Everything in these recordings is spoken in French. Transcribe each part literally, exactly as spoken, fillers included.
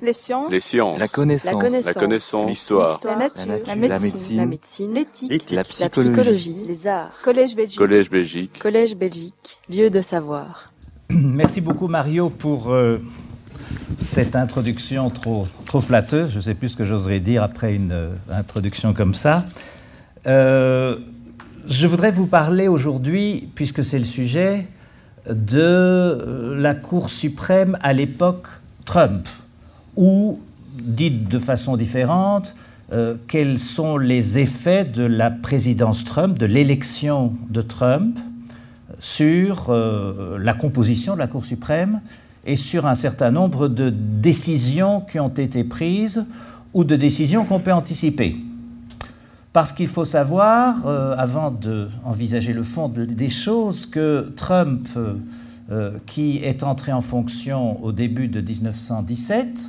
Les sciences. Les sciences. La connaissance. La connaissance. La connaissance. L'histoire. La nature. La nature. La La médecine. médecine. La médecine. L'éthique. La La psychologie. psychologie. Les arts. Collège Belgique. Collège Belgique. Collège Belgique. Lieu de savoir. Merci beaucoup Mario pour euh, cette introduction trop, trop flatteuse. Je ne sais plus ce que j'oserais dire après une euh, introduction comme ça. Euh, je voudrais vous parler aujourd'hui, puisque c'est le sujet, de euh, la Cour suprême à l'époque Trump, ou, dite de façon différente, euh, quels sont les effets de la présidence Trump, de l'élection de Trump, sur euh, la composition de la Cour suprême et sur un certain nombre de décisions qui ont été prises ou de décisions qu'on peut anticiper. Parce qu'il faut savoir, euh, avant d'envisager le fond de, des choses, que Trump, euh, euh, qui est entré en fonction au début de dix-neuf cent dix-sept,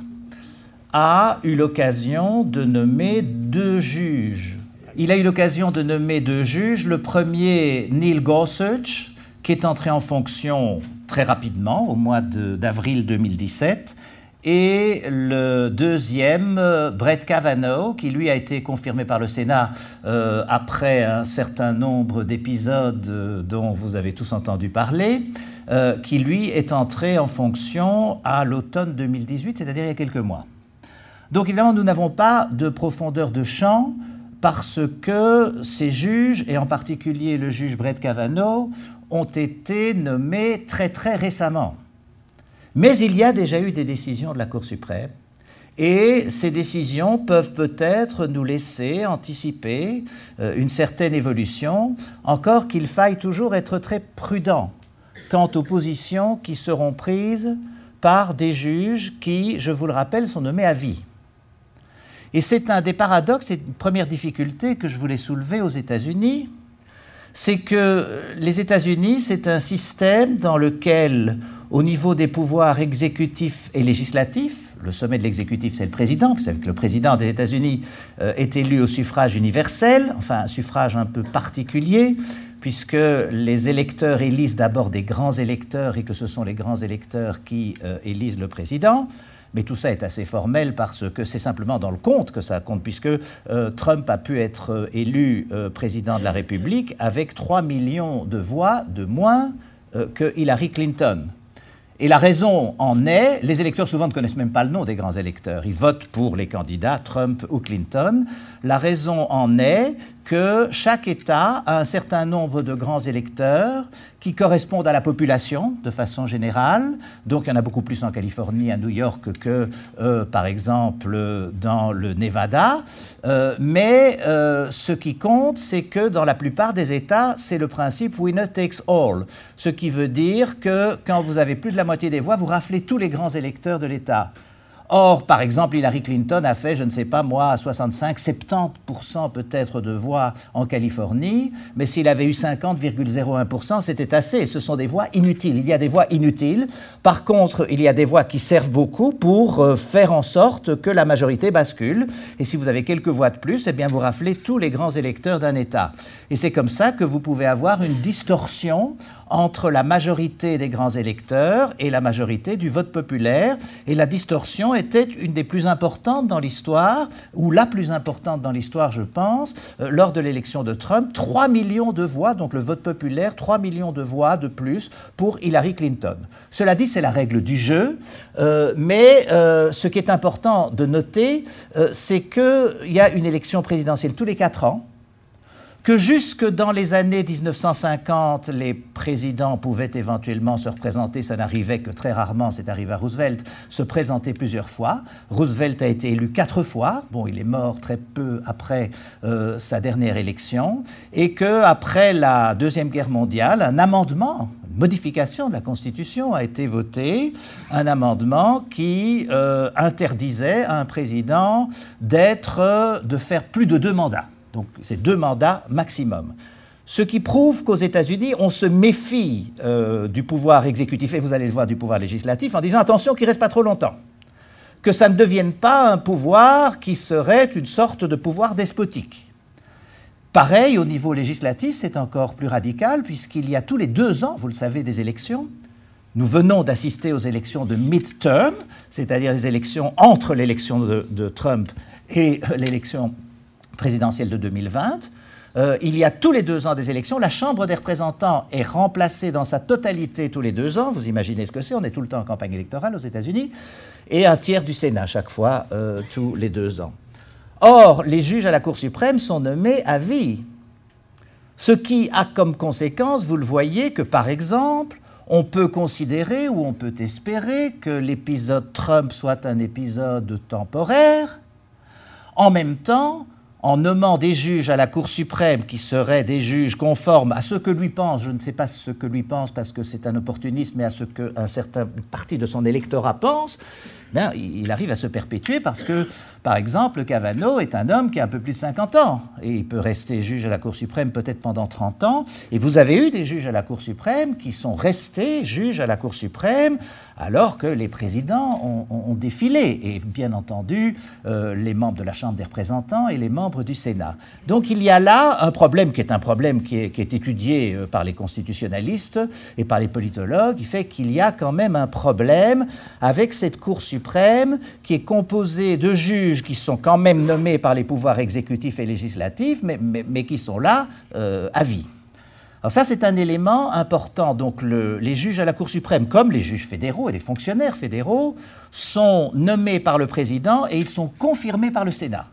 a eu l'occasion de nommer deux juges. Il a eu l'occasion de nommer deux juges. Le premier, Neil Gorsuch, qui est entré en fonction très rapidement, au mois de, d'avril deux mille dix-sept, et le deuxième, Brett Kavanaugh, qui lui a été confirmé par le Sénat euh, après un certain nombre d'épisodes euh, dont vous avez tous entendu parler, euh, qui lui est entré en fonction à l'automne deux mille dix-huit, c'est-à-dire il y a quelques mois. Donc évidemment, nous n'avons pas de profondeur de champ parce que ces juges, et en particulier le juge Brett Kavanaugh, ont été nommés très très récemment. Mais il y a déjà eu des décisions de la Cour suprême et ces décisions peuvent peut-être nous laisser anticiper euh, une certaine évolution, encore qu'il faille toujours être très prudent quant aux positions qui seront prises par des juges qui, je vous le rappelle, sont nommés à vie. Et c'est un des paradoxes et une première difficulté que je voulais soulever aux États-Unis, c'est que les États-Unis, c'est un système dans lequel, au niveau des pouvoirs exécutifs et législatifs, le sommet de l'exécutif, c'est le président, vous savez que le président des États-Unis euh, est élu au suffrage universel, enfin un suffrage un peu particulier, puisque les électeurs élisent d'abord des grands électeurs et que ce sont les grands électeurs qui euh, élisent le président. Mais tout ça est assez formel parce que c'est simplement dans le compte que ça compte, puisque euh, Trump a pu être euh, élu euh, président de la République avec trois millions de voix de moins euh, que Hillary Clinton. Et la raison en est, les électeurs souvent ne connaissent même pas le nom des grands électeurs, ils votent pour les candidats Trump ou Clinton. La raison en est que chaque État a un certain nombre de grands électeurs qui correspondent à la population de façon générale. Donc il y en a beaucoup plus en Californie, à New York, que euh, par exemple dans le Nevada. Euh, mais euh, ce qui compte, c'est que dans la plupart des États, c'est le principe winner takes all. Ce qui veut dire que quand vous avez plus de la moitié des voix, vous raflez tous les grands électeurs de l'État. Or, par exemple, Hillary Clinton a fait, je ne sais pas moi, soixante-cinq, soixante-dix pour cent peut-être de voix en Californie, mais s'il avait eu cinquante virgule zéro un pour cent, c'était assez. Ce sont des voix inutiles. Il y a des voix inutiles. Par contre, il y a des voix qui servent beaucoup pour euh, faire en sorte que la majorité bascule. Et si vous avez quelques voix de plus, eh bien, vous raflez tous les grands électeurs d'un État. Et c'est comme ça que vous pouvez avoir une distorsion entre la majorité des grands électeurs et la majorité du vote populaire. Et la distorsion était une des plus importantes dans l'histoire, ou la plus importante dans l'histoire, je pense, euh, lors de l'élection de Trump. trois millions de voix, donc le vote populaire, trois millions de voix de plus pour Hillary Clinton. Cela dit, c'est la règle du jeu, euh, mais euh, ce qui est important de noter, euh, c'est qu'il y a une élection présidentielle tous les quatre ans, que jusque dans les années dix-neuf cent cinquante, les présidents pouvaient éventuellement se représenter, ça n'arrivait que très rarement, c'est arrivé à Roosevelt, se présenter plusieurs fois. Roosevelt a été élu quatre fois, bon, il est mort très peu après euh, sa dernière élection, et qu'après la Deuxième Guerre mondiale, un amendement, une modification de la Constitution a été voté, un amendement qui euh, interdisait à un président d'être, euh, de faire plus de deux mandats. Donc, c'est deux mandats maximum. Ce qui prouve qu'aux États-Unis, on se méfie euh, du pouvoir exécutif, et vous allez le voir, du pouvoir législatif, en disant attention qu'il ne reste pas trop longtemps. Que ça ne devienne pas un pouvoir qui serait une sorte de pouvoir despotique. Pareil, au niveau législatif, c'est encore plus radical, puisqu'il y a tous les deux ans, vous le savez, des élections. nous venons d'assister aux élections de midterm, c'est-à-dire les élections entre l'élection de, de Trump et l'élection présidentielle de deux mille vingt. Euh, il y a tous les deux ans des élections. La Chambre des représentants est remplacée dans sa totalité tous les deux ans. Vous imaginez ce que c'est, on est tout le temps en campagne électorale aux États-Unis. Et un tiers du Sénat chaque fois, euh, tous les deux ans. Or, les juges à la Cour suprême sont nommés à vie. Ce qui a comme conséquence, vous le voyez, que par exemple, on peut considérer ou on peut espérer que l'épisode Trump soit un épisode temporaire. En même temps, en nommant des juges à la Cour suprême qui seraient des juges conformes à ce que lui pense, je ne sais pas ce que lui pense parce que c'est un opportuniste, mais à ce qu'un certain partie de son électorat pense, bien, il arrive à se perpétuer parce que, par exemple, Kavanaugh est un homme qui a un peu plus de cinquante ans et il peut rester juge à la Cour suprême peut-être pendant trente ans. Et vous avez eu des juges à la Cour suprême qui sont restés juges à la Cour suprême alors que les présidents ont, ont, ont défilé, et bien entendu euh, les membres de la Chambre des représentants et les membres du Sénat. Donc il y a là un problème qui est un problème qui est, qui est étudié euh, par les constitutionnalistes et par les politologues, qui fait qu'il y a quand même un problème avec cette Cour suprême qui est composée de juges qui sont quand même nommés par les pouvoirs exécutifs et législatifs, mais, mais, mais qui sont là euh, à vie. Alors ça, c'est un élément important. Donc le, les juges à la Cour suprême, comme les juges fédéraux et les fonctionnaires fédéraux, sont nommés par le président et ils sont confirmés par le Sénat.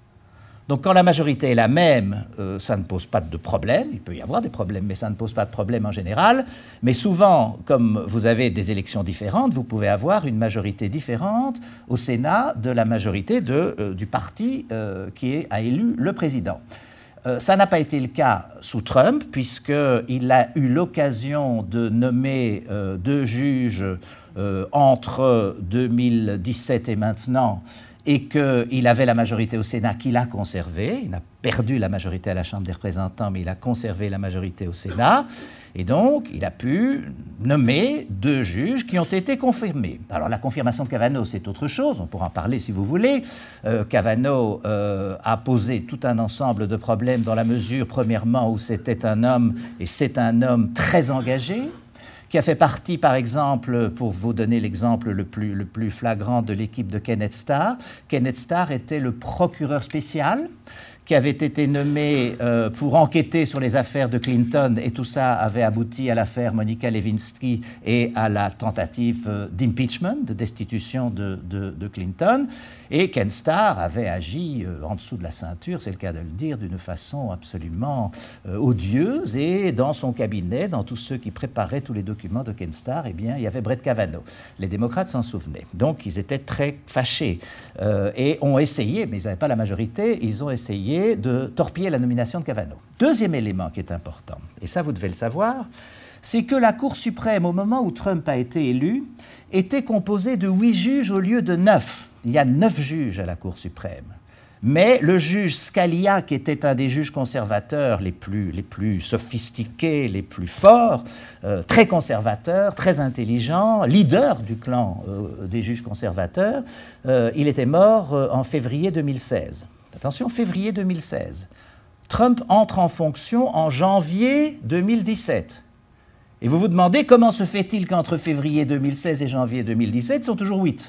Donc quand la majorité est la même, euh, ça ne pose pas de problème. Il peut y avoir des problèmes, mais ça ne pose pas de problème en général. Mais souvent, comme vous avez des élections différentes, vous pouvez avoir une majorité différente au Sénat de la majorité de, euh, du parti euh, qui est, a élu le président. Euh, ça n'a pas été le cas sous Trump, puisqu'il a eu l'occasion de nommer euh, deux juges euh, entre deux mille dix-sept et maintenant, et qu'il avait la majorité au Sénat qu'il a conservée. Il a perdu la majorité à la Chambre des représentants, mais il a conservé la majorité au Sénat. Et donc, il a pu nommer deux juges qui ont été confirmés. Alors, la confirmation de Kavanaugh, c'est autre chose. On pourra en parler si vous voulez. Euh, Kavanaugh euh, a posé tout un ensemble de problèmes dans la mesure, premièrement, où c'était un homme, et c'est un homme très engagé, qui a fait partie, par exemple, pour vous donner l'exemple le plus, le plus flagrant de l'équipe de Kenneth Starr. Kenneth Starr était le procureur spécial qui avait été nommé euh, pour enquêter sur les affaires de Clinton, et tout ça avait abouti à l'affaire Monica Lewinsky et à la tentative euh, d'impeachment, de destitution de, de, de Clinton. Et Ken Starr avait agi euh, en dessous de la ceinture, c'est le cas de le dire, d'une façon absolument euh, odieuse. Et dans son cabinet, dans tous ceux qui préparaient tous les documents de Ken Starr, eh bien, il y avait Brett Kavanaugh. Les démocrates s'en souvenaient. Donc, ils étaient très fâchés euh, et ont essayé, mais ils n'avaient pas la majorité, ils ont essayé de torpiller la nomination de Kavanaugh. Deuxième élément qui est important, et ça vous devez le savoir, c'est que la Cour suprême, au moment où Trump a été élu, était composée de huit juges au lieu de neuf. Il y a neuf juges à la Cour suprême. Mais le juge Scalia, qui était un des juges conservateurs les plus, les plus sophistiqués, les plus forts, euh, très conservateur, très intelligent, leader du clan euh, des juges conservateurs, euh, il était mort euh, en février deux mille seize. Attention, février deux mille seize. Trump entre en fonction en janvier deux mille dix-sept. Et vous vous demandez comment se fait-il qu'entre février deux mille seize et janvier deux mille dix-sept, ils sont toujours huit.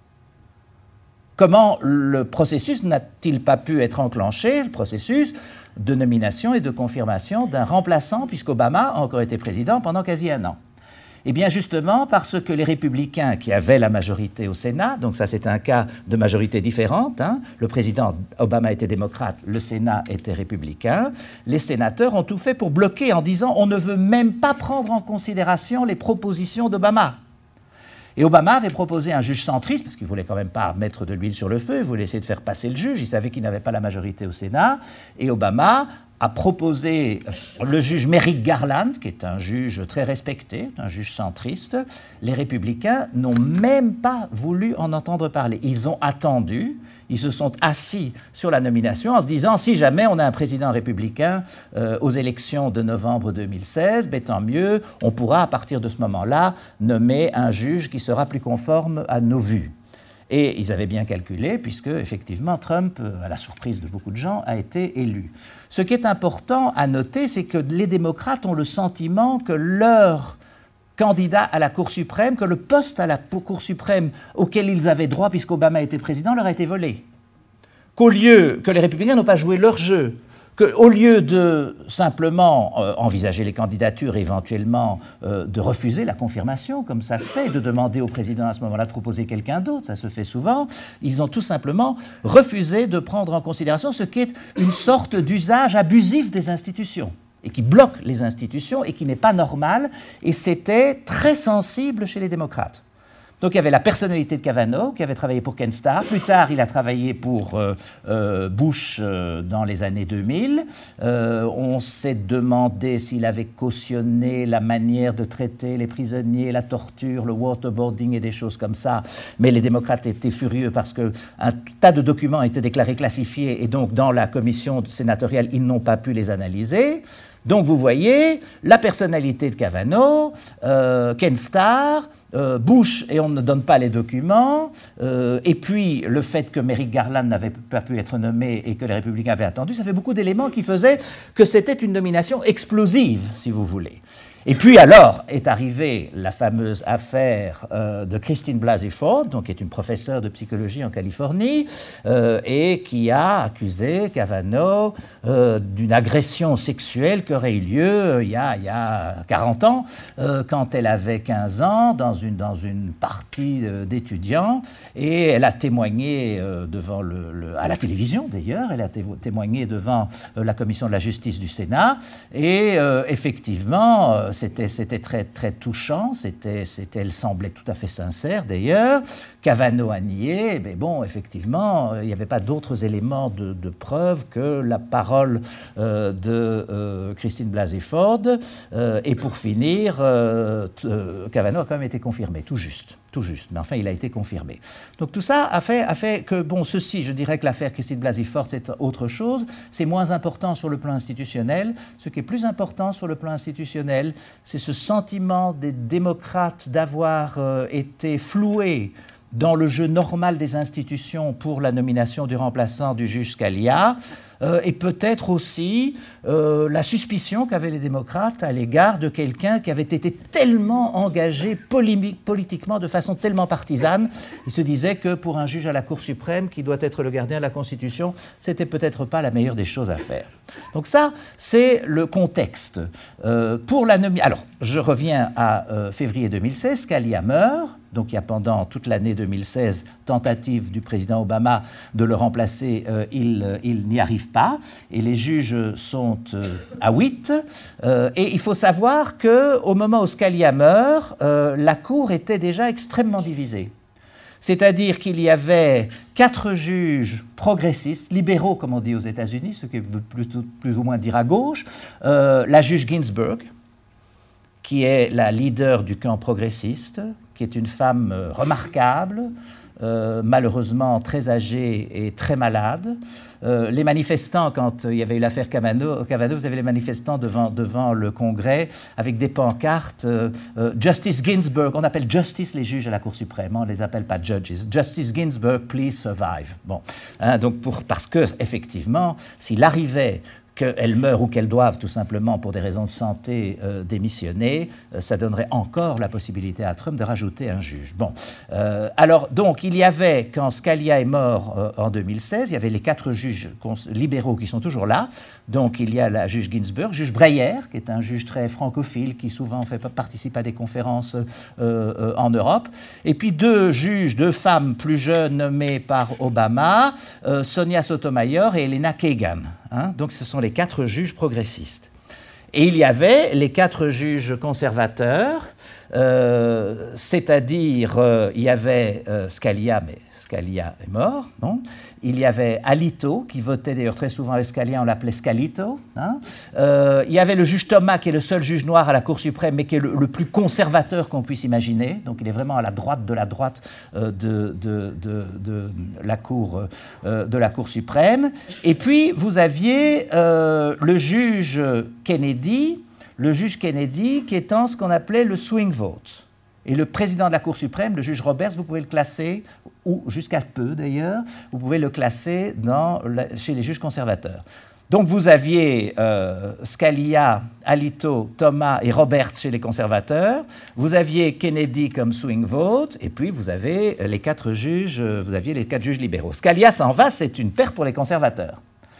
Comment le processus n'a-t-il pas pu être enclenché, le processus de nomination et de confirmation d'un remplaçant, puisqu'Obama a encore été président pendant quasi un an? Eh bien justement parce que les républicains qui avaient la majorité au Sénat, donc ça c'est un cas de majorité différente, hein, le président Obama était démocrate, le Sénat était républicain, les sénateurs ont tout fait pour bloquer en disant on ne veut même pas prendre en considération les propositions d'Obama. Et Obama avait proposé un juge centriste, parce qu'il ne voulait quand même pas mettre de l'huile sur le feu, il voulait essayer de faire passer le juge, il savait qu'il n'avait pas la majorité au Sénat, et Obama a proposé le juge Merrick Garland, qui est un juge très respecté, un juge centriste. Les républicains n'ont même pas voulu en entendre parler. Ils ont attendu, ils se sont assis sur la nomination en se disant si jamais on a un président républicain euh, aux élections de novembre deux mille seize, ben, tant mieux, on pourra à partir de ce moment-là nommer un juge qui sera plus conforme à nos vues. Et ils avaient bien calculé, puisque, effectivement, Trump, à la surprise de beaucoup de gens, a été élu. Ce qui est important à noter, c'est que les démocrates ont le sentiment que leur candidats à la Cour suprême, que le poste à la Cour suprême auquel ils avaient droit, puisqu'Obama était président, leur a été volé. Qu'au lieu que les républicains n'ont pas joué leur jeu, qu'au lieu de simplement euh, envisager les candidatures, éventuellement euh, de refuser la confirmation, comme ça se fait, de demander au président à ce moment-là de proposer quelqu'un d'autre, ça se fait souvent, ils ont tout simplement refusé de prendre en considération ce qui est une sorte d'usage abusif des institutions, et qui bloque les institutions, et qui n'est pas normal, et c'était très sensible chez les démocrates. Donc il y avait la personnalité de Kavanaugh, qui avait travaillé pour Ken Starr. Plus tard, il a travaillé pour euh, euh, Bush euh, dans les années deux mille. Euh, on s'est demandé s'il avait cautionné la manière de traiter les prisonniers, la torture, le waterboarding et des choses comme ça. Mais les démocrates étaient furieux parce qu'un tas de documents étaient déclarés classifiés et donc dans la commission sénatoriale, ils n'ont pas pu les analyser. Donc vous voyez, la personnalité de Kavanaugh, euh, Ken Starr, Euh, Bush, et on ne donne pas les documents, euh, et puis le fait que Merrick Garland n'avait pas pu être nommé et que les républicains avaient attendu, ça fait beaucoup d'éléments qui faisaient que c'était une nomination explosive, si vous voulez. Et puis alors est arrivée la fameuse affaire euh, de Christine Blasey Ford, donc qui est une professeure de psychologie en Californie, euh, et qui a accusé Kavanaugh euh, d'une agression sexuelle qui aurait eu lieu euh, il, y a, il y a quarante ans, euh, quand elle avait quinze ans, dans une, dans une partie euh, d'étudiants, et elle a témoigné euh, devant le, le, à la télévision d'ailleurs, elle a té témoigné devant euh, la commission de la justice du Sénat, et euh, effectivement, euh, C'était, c'était très, très touchant, c'était, c'était, elle semblait tout à fait sincère d'ailleurs. Kavanaugh a nié, mais bon, effectivement, il n'y avait pas d'autres éléments de, de preuve que la parole euh, de euh, Christine Blasey Ford. Euh, et pour finir, euh, euh, Kavanaugh a quand même été confirmé, tout juste, tout juste, mais enfin, il a été confirmé. Donc tout ça a fait, a fait que, bon, ceci, je dirais que l'affaire Christine Blasey Ford, c'est autre chose, c'est moins important sur le plan institutionnel. Ce qui est plus important sur le plan institutionnel, c'est ce sentiment des démocrates d'avoir euh, été floués dans le jeu normal des institutions pour la nomination du remplaçant du juge Scalia, euh, et peut-être aussi euh, la suspicion qu'avaient les démocrates à l'égard de quelqu'un qui avait été tellement engagé polémique, politiquement de façon tellement partisane. Ils se disaient que pour un juge à la Cour suprême qui doit être le gardien de la Constitution, c'était peut-être pas la meilleure des choses à faire. Donc ça, c'est le contexte. Euh, pour la nomi- Alors, je reviens à euh, février deux mille seize, Scalia meurt. Donc il y a pendant toute l'année deux mille seize tentative du président Obama de le remplacer, euh, il, euh, il n'y arrive pas, et les juges sont euh, à huit. Euh, et il faut savoir qu'au moment où Scalia meurt, euh, la Cour était déjà extrêmement divisée. C'est-à-dire qu'il y avait quatre juges progressistes, libéraux comme on dit aux États-Unis, ce qui veut plutôt, plus ou moins dire à gauche, euh, la juge Ginsburg, qui est la leader du camp progressiste, qui est une femme euh, remarquable, euh, malheureusement très âgée et très malade. Euh, les manifestants, quand il y avait eu l'affaire Kavanaugh, vous avez les manifestants devant, devant le Congrès avec des pancartes euh, euh, « Justice Ginsburg », on appelle « Justice » les juges à la Cour suprême, on ne les appelle pas « Judges ». « Justice Ginsburg, please survive ». Bon, hein, donc pour, parce que, effectivement, s'il arrivait qu'elles meurent ou qu'elles doivent tout simplement pour des raisons de santé euh, démissionner, euh, ça donnerait encore la possibilité à Trump de rajouter un juge. Bon, euh, alors donc il y avait, quand Scalia est mort euh, en deux mille seize, il y avait les quatre juges libéraux qui sont toujours là. Donc il y a la juge Ginsburg, juge Breyer, qui est un juge très francophile, qui souvent fait, participe à des conférences euh, euh, en Europe. Et puis deux juges, deux femmes plus jeunes nommées par Obama, euh, Sonia Sotomayor et Elena Kagan. Hein, donc ce sont les quatre juges progressistes. Et il y avait les quatre juges conservateurs, euh, c'est-à-dire euh, il y avait euh, Scalia, mais Scalia est mort, non ? Il y avait Alito, qui votait d'ailleurs très souvent avec Scalia, on l'appelait Scalito. Hein. Euh, il y avait le juge Thomas, qui est le seul juge noir à la Cour suprême, mais qui est le, le plus conservateur qu'on puisse imaginer. Donc il est vraiment à la droite de la droite euh, de, de, de, de, la cour, euh, de la Cour suprême. Et puis vous aviez euh, le juge Kennedy, le juge Kennedy qui étant ce qu'on appelait le swing vote. Et le président de la Cour suprême, le juge Roberts, vous pouvez le classer, ou jusqu'à peu d'ailleurs, vous pouvez le classer dans la, chez les juges conservateurs. Donc vous aviez euh, Scalia, Alito, Thomas et Roberts chez les conservateurs, vous aviez Kennedy comme swing vote, et puis vous avez les quatre juges, vous aviez les quatre juges libéraux. Scalia s'en va, c'est une perte pour les conservateurs.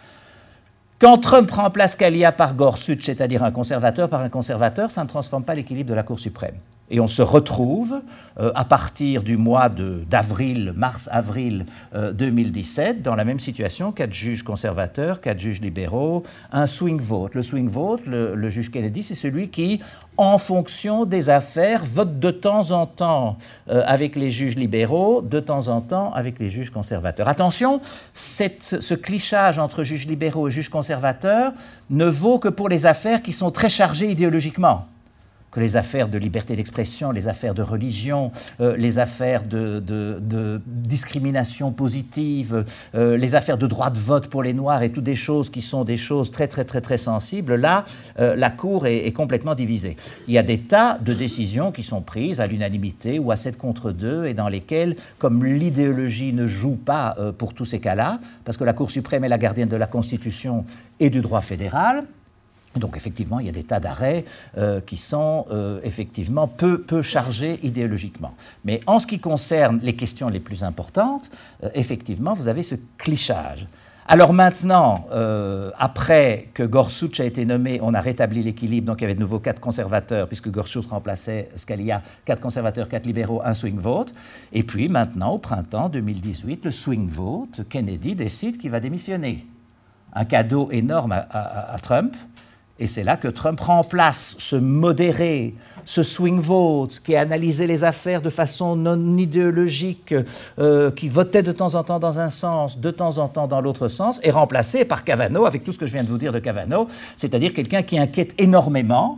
Quand Trump remplace Scalia par Gorsuch, c'est-à-dire un conservateur par un conservateur, ça ne transforme pas l'équilibre de la Cour suprême. Et on se retrouve, euh, à partir du mois de, d'avril, mars-avril euh, deux mille dix-sept, dans la même situation, quatre juges conservateurs, quatre juges libéraux, un swing vote. Le swing vote, le, le juge Kennedy, c'est celui qui, en fonction des affaires, vote de temps en temps euh, avec les juges libéraux, de temps en temps avec les juges conservateurs. Attention, cette, ce clichage entre juges libéraux et juges conservateurs ne vaut que pour les affaires qui sont très chargées idéologiquement, que les affaires de liberté d'expression, les affaires de religion, euh, les affaires de, de, de discrimination positive, euh, les affaires de droit de vote pour les Noirs et toutes des choses qui sont des choses très très très très sensibles. Là, euh, la Cour est, est complètement divisée. Il y a des tas de décisions qui sont prises à l'unanimité ou à sept contre deux et dans lesquelles, comme l'idéologie ne joue pas euh, pour tous ces cas-là, parce que la Cour suprême est la gardienne de la Constitution et du droit fédéral, donc effectivement, il y a des tas d'arrêts euh, qui sont euh, effectivement peu, peu chargés idéologiquement. Mais en ce qui concerne les questions les plus importantes, euh, effectivement, vous avez ce clichage. Alors maintenant, euh, après que Gorsuch a été nommé, on a rétabli l'équilibre, donc il y avait de nouveau quatre conservateurs, puisque Gorsuch remplaçait Scalia, quatre conservateurs, quatre libéraux, un swing vote. Et puis maintenant, au printemps deux mille dix-huit, le swing vote, Kennedy décide qu'il va démissionner. Un cadeau énorme à, à, à Trump. Et c'est là que Trump remplace ce modéré, ce swing vote, qui analysait les affaires de façon non idéologique, euh, qui votait de temps en temps dans un sens, de temps en temps dans l'autre sens, est remplacé par Kavanaugh, avec tout ce que je viens de vous dire de Kavanaugh, c'est-à-dire quelqu'un qui inquiète énormément,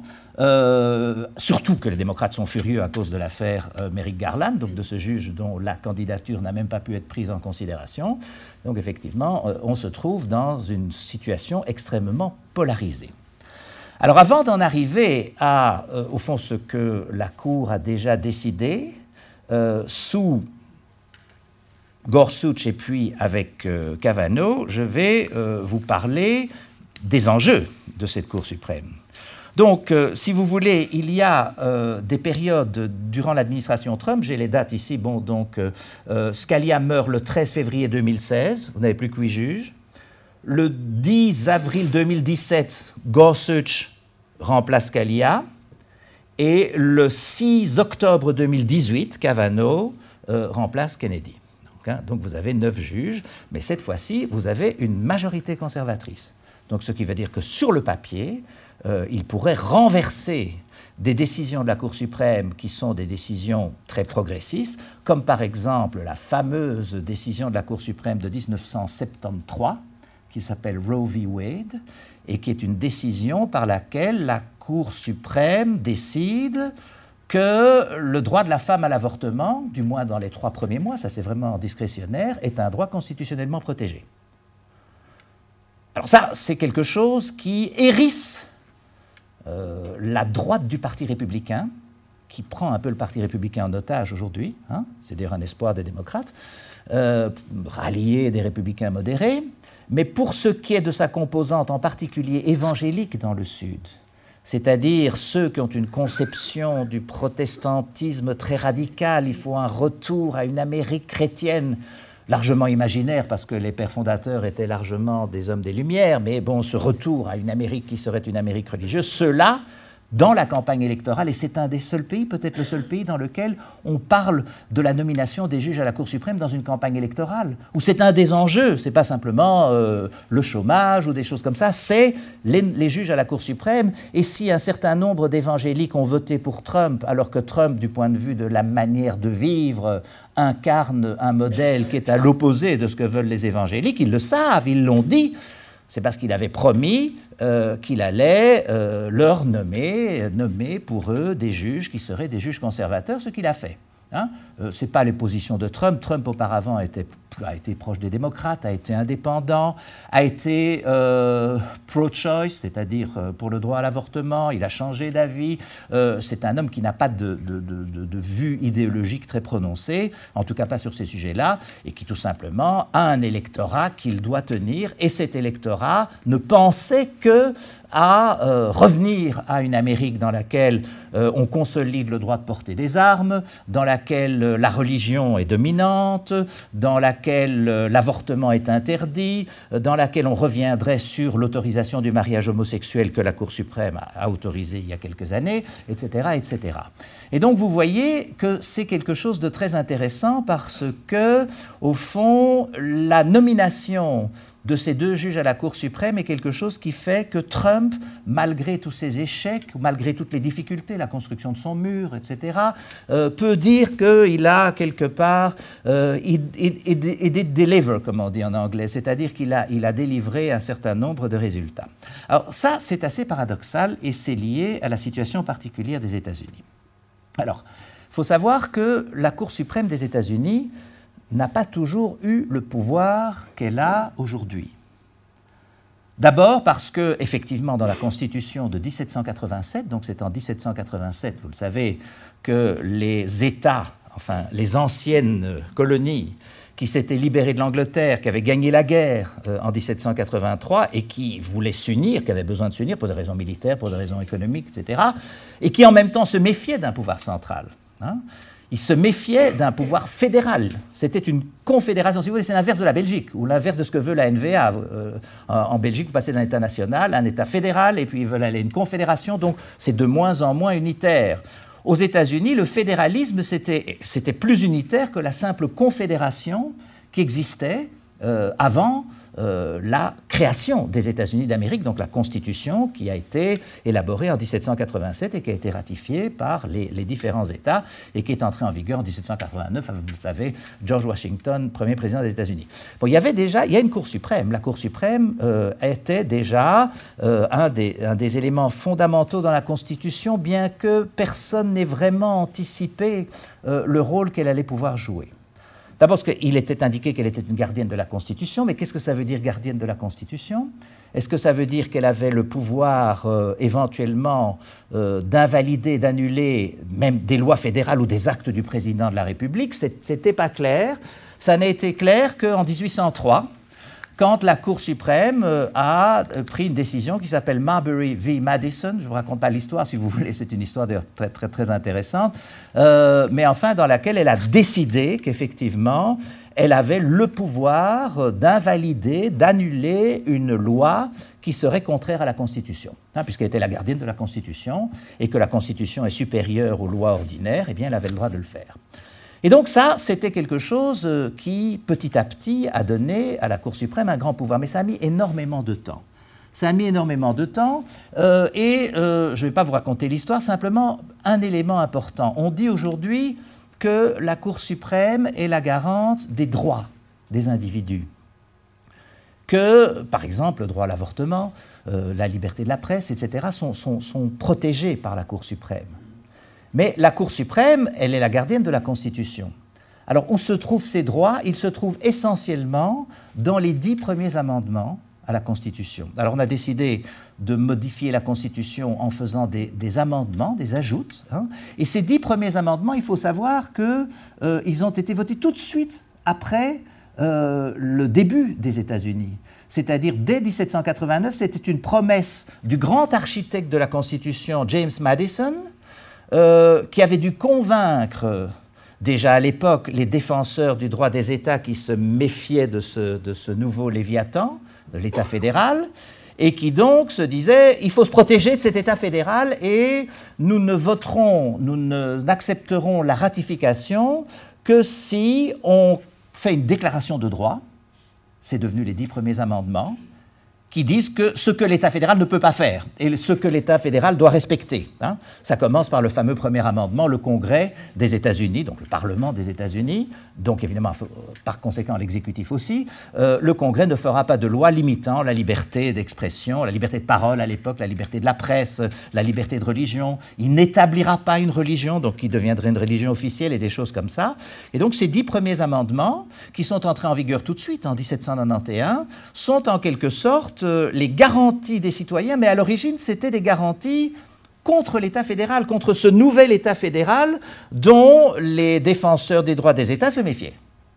euh, surtout que les démocrates sont furieux à cause de l'affaire euh, Merrick Garland, donc de ce juge dont la candidature n'a même pas pu être prise en considération. Donc effectivement, euh, on se trouve dans une situation extrêmement polarisée. Alors avant d'en arriver à, euh, au fond, ce que la Cour a déjà décidé, euh, sous Gorsuch et puis avec euh, Kavanaugh, je vais euh, vous parler des enjeux de cette Cour suprême. Donc, euh, si vous voulez, il y a euh, des périodes durant l'administration Trump, j'ai les dates ici, bon, donc euh, euh, Scalia meurt le treize février deux mille seize, vous n'avez plus que huit juges. Le dix avril deux mille dix-sept, Gorsuch remplace Scalia. Et le six octobre deux mille dix-huit, Kavanaugh euh, remplace Kennedy. Donc, hein, donc vous avez neuf juges, mais cette fois-ci, vous avez une majorité conservatrice. Donc ce qui veut dire que sur le papier, euh, il pourrait renverser des décisions de la Cour suprême qui sont des décisions très progressistes, comme par exemple la fameuse décision de la Cour suprême de dix-neuf cent soixante-treize, qui s'appelle Roe v. Wade, et qui est une décision par laquelle la Cour suprême décide que le droit de la femme à l'avortement, du moins dans les trois premiers mois, ça c'est vraiment discrétionnaire, est un droit constitutionnellement protégé. Alors ça, c'est quelque chose qui hérisse euh, la droite du Parti républicain, qui prend un peu le Parti républicain en otage aujourd'hui, hein, c'est d'ailleurs un espoir des démocrates, euh, rallier des républicains modérés. Mais pour ce qui est de sa composante, en particulier évangélique dans le Sud, c'est-à-dire ceux qui ont une conception du protestantisme très radicale, il faut un retour à une Amérique chrétienne largement imaginaire, parce que les pères fondateurs étaient largement des hommes des Lumières, mais bon, ce retour à une Amérique qui serait une Amérique religieuse, ceux-là, dans la campagne électorale, et c'est un des seuls pays, peut-être le seul pays dans lequel on parle de la nomination des juges à la Cour suprême dans une campagne électorale, où c'est un des enjeux, c'est pas simplement euh, le chômage ou des choses comme ça, c'est les, les juges à la Cour suprême. Et si un certain nombre d'évangéliques ont voté pour Trump, alors que Trump, du point de vue de la manière de vivre, incarne un modèle qui est à l'opposé de ce que veulent les évangéliques, ils le savent, ils l'ont dit, c'est parce qu'il avait promis euh, qu'il allait euh, leur nommer, nommer pour eux des juges qui seraient des juges conservateurs, ce qu'il a fait. Hein, euh, ce n'est pas les positions de Trump. Trump, auparavant, était, a été proche des démocrates, a été indépendant, a été euh, pro-choice, c'est-à-dire euh, pour le droit à l'avortement. Il a changé d'avis. Euh, c'est un homme qui n'a pas de, de, de, de vue idéologique très prononcée, en tout cas pas sur ces sujets-là, et qui tout simplement a un électorat qu'il doit tenir. Et cet électorat ne pensait que à euh, revenir à une Amérique dans laquelle euh, on consolide le droit de porter des armes, dans laquelle euh, la religion est dominante, dans laquelle euh, l'avortement est interdit, euh, dans laquelle on reviendrait sur l'autorisation du mariage homosexuel que la Cour suprême a, a autorisé il y a quelques années, et cetera, et cetera. Et donc vous voyez que c'est quelque chose de très intéressant parce que, au fond, la nomination de ces deux juges à la Cour suprême est quelque chose qui fait que Trump, malgré tous ses échecs, malgré toutes les difficultés, la construction de son mur, et cetera, euh, peut dire qu'il a quelque part euh, it, it, it, it did deliver, comme on dit en anglais, c'est-à-dire qu'il a, il a délivré un certain nombre de résultats. Alors ça, c'est assez paradoxal et c'est lié à la situation particulière des États-Unis. Alors, il faut savoir que la Cour suprême des États-Unis n'a pas toujours eu le pouvoir qu'elle a aujourd'hui. D'abord parce que, effectivement, dans la Constitution de dix-sept cent quatre-vingt-sept, donc c'est en dix-sept cent quatre-vingt-sept, vous le savez, que les États, enfin les anciennes colonies, qui s'étaient libérés de l'Angleterre, qui avaient gagné la guerre euh, en dix-sept cent quatre-vingt-trois et qui voulaient s'unir, qui avaient besoin de s'unir pour des raisons militaires, pour des raisons économiques, et cetera, et qui en même temps se méfiaient d'un pouvoir central. Hein. Ils se méfiaient d'un pouvoir fédéral. C'était une confédération, si vous voulez, c'est l'inverse de la Belgique, ou l'inverse de ce que veut la N V A. Euh, en Belgique, vous passez d'un État national à un État fédéral, et puis ils veulent aller à une confédération, donc c'est de moins en moins unitaire. Aux États-Unis, le fédéralisme, c'était, c'était plus unitaire que la simple confédération qui existait euh, avant euh, la création des États-Unis d'Amérique, donc la Constitution qui a été élaborée en dix-sept cent quatre-vingt-sept et qui a été ratifiée par les, les différents États et qui est entrée en vigueur en dix-sept cent quatre-vingt-neuf, vous le savez, George Washington, premier président des États-Unis. Bon, il y avait déjà, il y a une Cour suprême. La Cour suprême euh, était déjà euh, un, des, un des éléments fondamentaux dans la Constitution, bien que personne n'ait vraiment anticipé euh, le rôle qu'elle allait pouvoir jouer. D'abord parce qu'il était indiqué qu'elle était une gardienne de la Constitution, mais qu'est-ce que ça veut dire gardienne de la Constitution ? Est-ce que ça veut dire qu'elle avait le pouvoir euh, éventuellement euh, d'invalider, d'annuler même des lois fédérales ou des actes du président de la République ? C'était pas clair. Ça n'a été clair qu'en dix-huit cent trois, quand la Cour suprême euh, a pris une décision qui s'appelle Marbury v. Madison. Je ne vous raconte pas l'histoire, si vous voulez, c'est une histoire d'ailleurs très, très, très intéressante, euh, mais enfin dans laquelle elle a décidé qu'effectivement, elle avait le pouvoir d'invalider, d'annuler une loi qui serait contraire à la Constitution. Hein, puisqu'elle était la gardienne de la Constitution et que la Constitution est supérieure aux lois ordinaires, eh bien, elle avait le droit de le faire. Et donc ça, c'était quelque chose qui, petit à petit, a donné à la Cour suprême un grand pouvoir. Mais ça a mis énormément de temps. Ça a mis énormément de temps. Euh, et euh, je ne vais pas vous raconter l'histoire, simplement un élément important. On dit aujourd'hui que la Cour suprême est la garante des droits des individus. Que, par exemple, le droit à l'avortement, euh, la liberté de la presse, et cetera, sont, sont, sont protégés par la Cour suprême. Mais la Cour suprême, elle est la gardienne de la Constitution. Alors, où se trouvent ces droits ? Ils se trouvent essentiellement dans les dix premiers amendements à la Constitution. Alors, on a décidé de modifier la Constitution en faisant des, des amendements, des ajouts. Hein, et ces dix premiers amendements, il faut savoir qu'ils euh, ont été votés tout de suite après euh, le début des États-Unis. C'est-à-dire, dès dix-sept cent quatre-vingt-neuf, c'était une promesse du grand architecte de la Constitution, James Madison, Euh, qui avait dû convaincre déjà à l'époque les défenseurs du droit des États qui se méfiaient de ce, de ce nouveau Léviathan, de l'État fédéral, et qui donc se disaient il faut se protéger de cet État fédéral et nous ne voterons, nous ne, n'accepterons la ratification que si on fait une déclaration de droit, c'est devenu les dix premiers amendements, qui disent que ce que l'État fédéral ne peut pas faire et ce que l'État fédéral doit respecter. Hein. Ça commence par le fameux premier amendement, le Congrès des États-Unis, donc le Parlement des États-Unis, donc évidemment par conséquent l'exécutif aussi. Euh, le Congrès ne fera pas de loi limitant la liberté d'expression, la liberté de parole à l'époque, la liberté de la presse, la liberté de religion. Il n'établira pas une religion, donc qui deviendrait une religion officielle et des choses comme ça. Et donc ces dix premiers amendements, qui sont entrés en vigueur tout de suite en dix-sept cent quatre-vingt-onze, sont en quelque sorte les garanties des citoyens, mais à l'origine, c'était des garanties contre l'État fédéral, contre ce nouvel État fédéral dont les défenseurs des droits des États se méfiaient.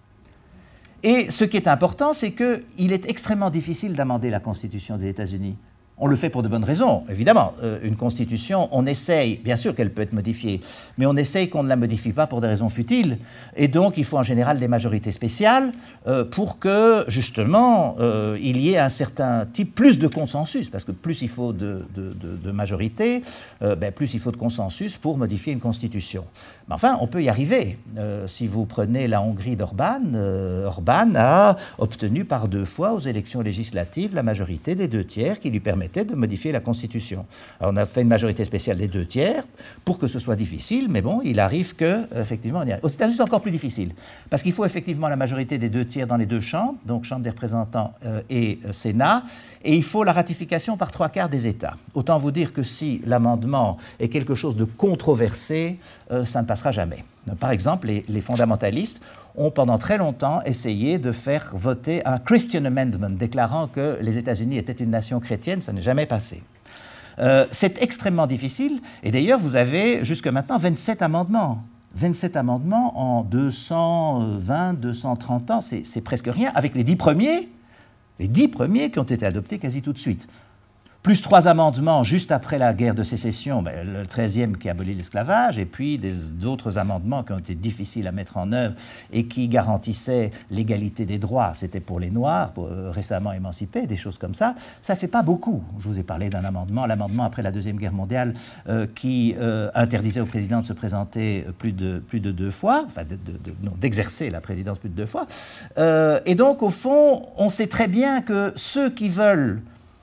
Et ce qui est important, c'est qu'il est extrêmement difficile d'amender la Constitution des États-Unis. On le fait pour de bonnes raisons, évidemment. Euh, une constitution, on essaye, bien sûr qu'elle peut être modifiée, mais on essaye qu'on ne la modifie pas pour des raisons futiles. Et donc, il faut en général des majorités spéciales euh, pour que, justement, euh, il y ait un certain type, plus de consensus, parce que plus il faut de, de, de, de majorité, euh, ben, plus il faut de consensus pour modifier une constitution. Mais enfin, on peut y arriver. Euh, si vous prenez la Hongrie d'Orban, euh, Orban a obtenu par deux fois aux élections législatives la majorité des deux tiers qui lui permettent de modifier la Constitution. Alors on a fait une majorité spéciale des deux tiers pour que ce soit difficile, mais bon, il arrive que, effectivement, on y arrive. Aux États-Unis, c'est encore plus difficile, parce qu'il faut effectivement la majorité des deux tiers dans les deux chambres, donc Chambre des représentants euh, et euh, Sénat, et il faut la ratification par trois quarts des États. Autant vous dire que si l'amendement est quelque chose de controversé, euh, ça ne passera jamais. Par exemple, les, les fondamentalistes ont pendant très longtemps essayé de faire voter un Christian Amendment, déclarant que les États-Unis étaient une nation chrétienne. Ça n'est jamais passé. Euh, c'est extrêmement difficile, et d'ailleurs, vous avez jusque maintenant vingt-sept amendements. vingt-sept amendements en deux cent vingt, deux cent trente ans, c'est, c'est presque rien, avec les dix premiers, les dix premiers qui ont été adoptés quasi tout de suite. Plus trois amendements juste après la guerre de sécession, ben, le treizième qui abolit l'esclavage, et puis des, d'autres amendements qui ont été difficiles à mettre en œuvre et qui garantissaient l'égalité des droits. C'était pour les Noirs, pour, euh, récemment émancipés, des choses comme ça. Ça ne fait pas beaucoup. Je vous ai parlé d'un amendement, l'amendement après la Deuxième Guerre mondiale, euh, qui euh, interdisait au président de se présenter plus de, plus de deux fois, enfin de, de, de, non, d'exercer la présidence plus de deux fois. Euh, et donc, au fond, on sait très bien que ceux qui veulent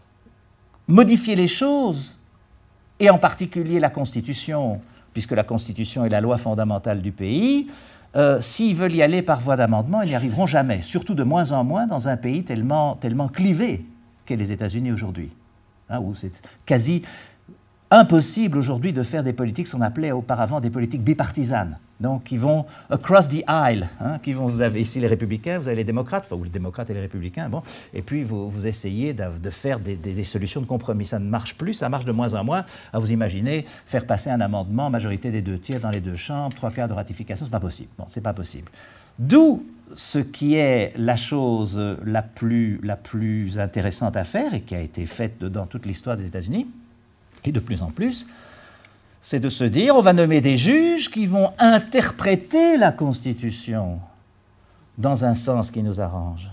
modifier les choses, et en particulier la Constitution, puisque la Constitution est la loi fondamentale du pays, euh, s'ils veulent y aller par voie d'amendement, ils n'y arriveront jamais, surtout de moins en moins dans un pays tellement, tellement clivé qu'est les États-Unis aujourd'hui, hein, où c'est quasi impossible aujourd'hui de faire des politiques, ce qu'on appelait auparavant des politiques bipartisanes, donc qui vont across the aisle, hein, qui vont, vous avez ici les républicains, vous avez les démocrates, enfin, ou les démocrates et les républicains, bon, et puis vous, vous essayez de, de faire des, des, des solutions de compromis. Ça ne marche plus, ça marche de moins en moins. À vous imaginer faire passer un amendement, majorité des deux tiers dans les deux chambres, trois quarts de ratification, c'est pas possible. Bon, c'est pas possible. D'où ce qui est la chose la plus, la plus intéressante à faire et qui a été faite dans toute l'histoire des États-Unis, et de plus en plus, c'est de se dire, on va nommer des juges qui vont interpréter la Constitution dans un sens qui nous arrange.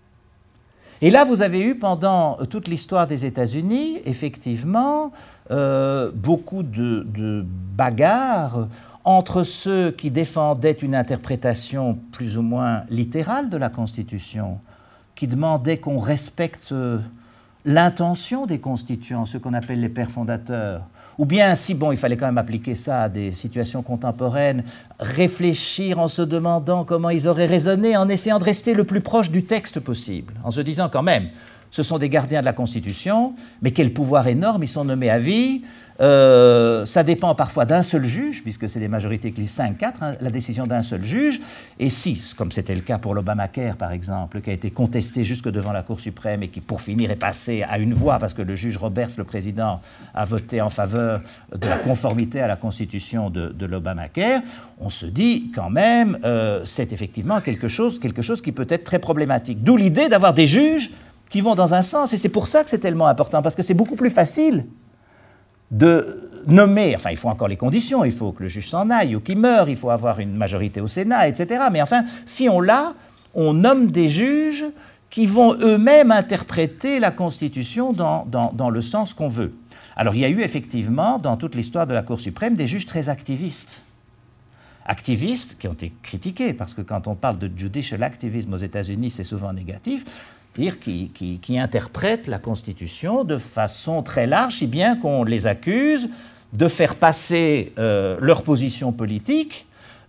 Et là, vous avez eu pendant toute l'histoire des États-Unis, effectivement, euh, beaucoup de, de bagarres entre ceux qui défendaient une interprétation plus ou moins littérale de la Constitution, qui demandaient qu'on respecte l'intention des constituants, ceux qu'on appelle les pères fondateurs, ou bien, si bon, il fallait quand même appliquer ça à des situations contemporaines, réfléchir en se demandant comment ils auraient raisonné, en essayant de rester le plus proche du texte possible, en se disant quand même, ce sont des gardiens de la Constitution, mais quel pouvoir énorme, ils sont nommés à vie. Euh, ça dépend parfois d'un seul juge, puisque c'est des majorités qui cinq quatre, hein, la décision d'un seul juge. Et si, comme c'était le cas pour l'Obamacare, par exemple, qui a été contesté jusque devant la Cour suprême et qui, pour finir, est passé à une voix, parce que le juge Roberts, le président, a voté en faveur de la conformité à la Constitution de, de l'Obamacare, on se dit quand même, euh, c'est effectivement quelque chose, quelque chose qui peut être très problématique. D'où l'idée d'avoir des juges qui vont dans un sens. Et c'est pour ça que c'est tellement important, parce que c'est beaucoup plus facile de nommer, enfin il faut encore les conditions, il faut que le juge s'en aille ou qu'il meure, il faut avoir une majorité au Sénat, et cetera. Mais enfin, si on l'a, on nomme des juges qui vont eux-mêmes interpréter la Constitution dans, dans, dans le sens qu'on veut. Alors il y a eu effectivement, dans toute l'histoire de la Cour suprême, des juges très activistes. Activistes qui ont été critiqués, parce que quand on parle de judicial activism aux États-Unis, c'est souvent négatif. dire qui, qui, qui interprètent la Constitution de façon très large, si bien qu'on les accuse de faire passer euh, leur position politique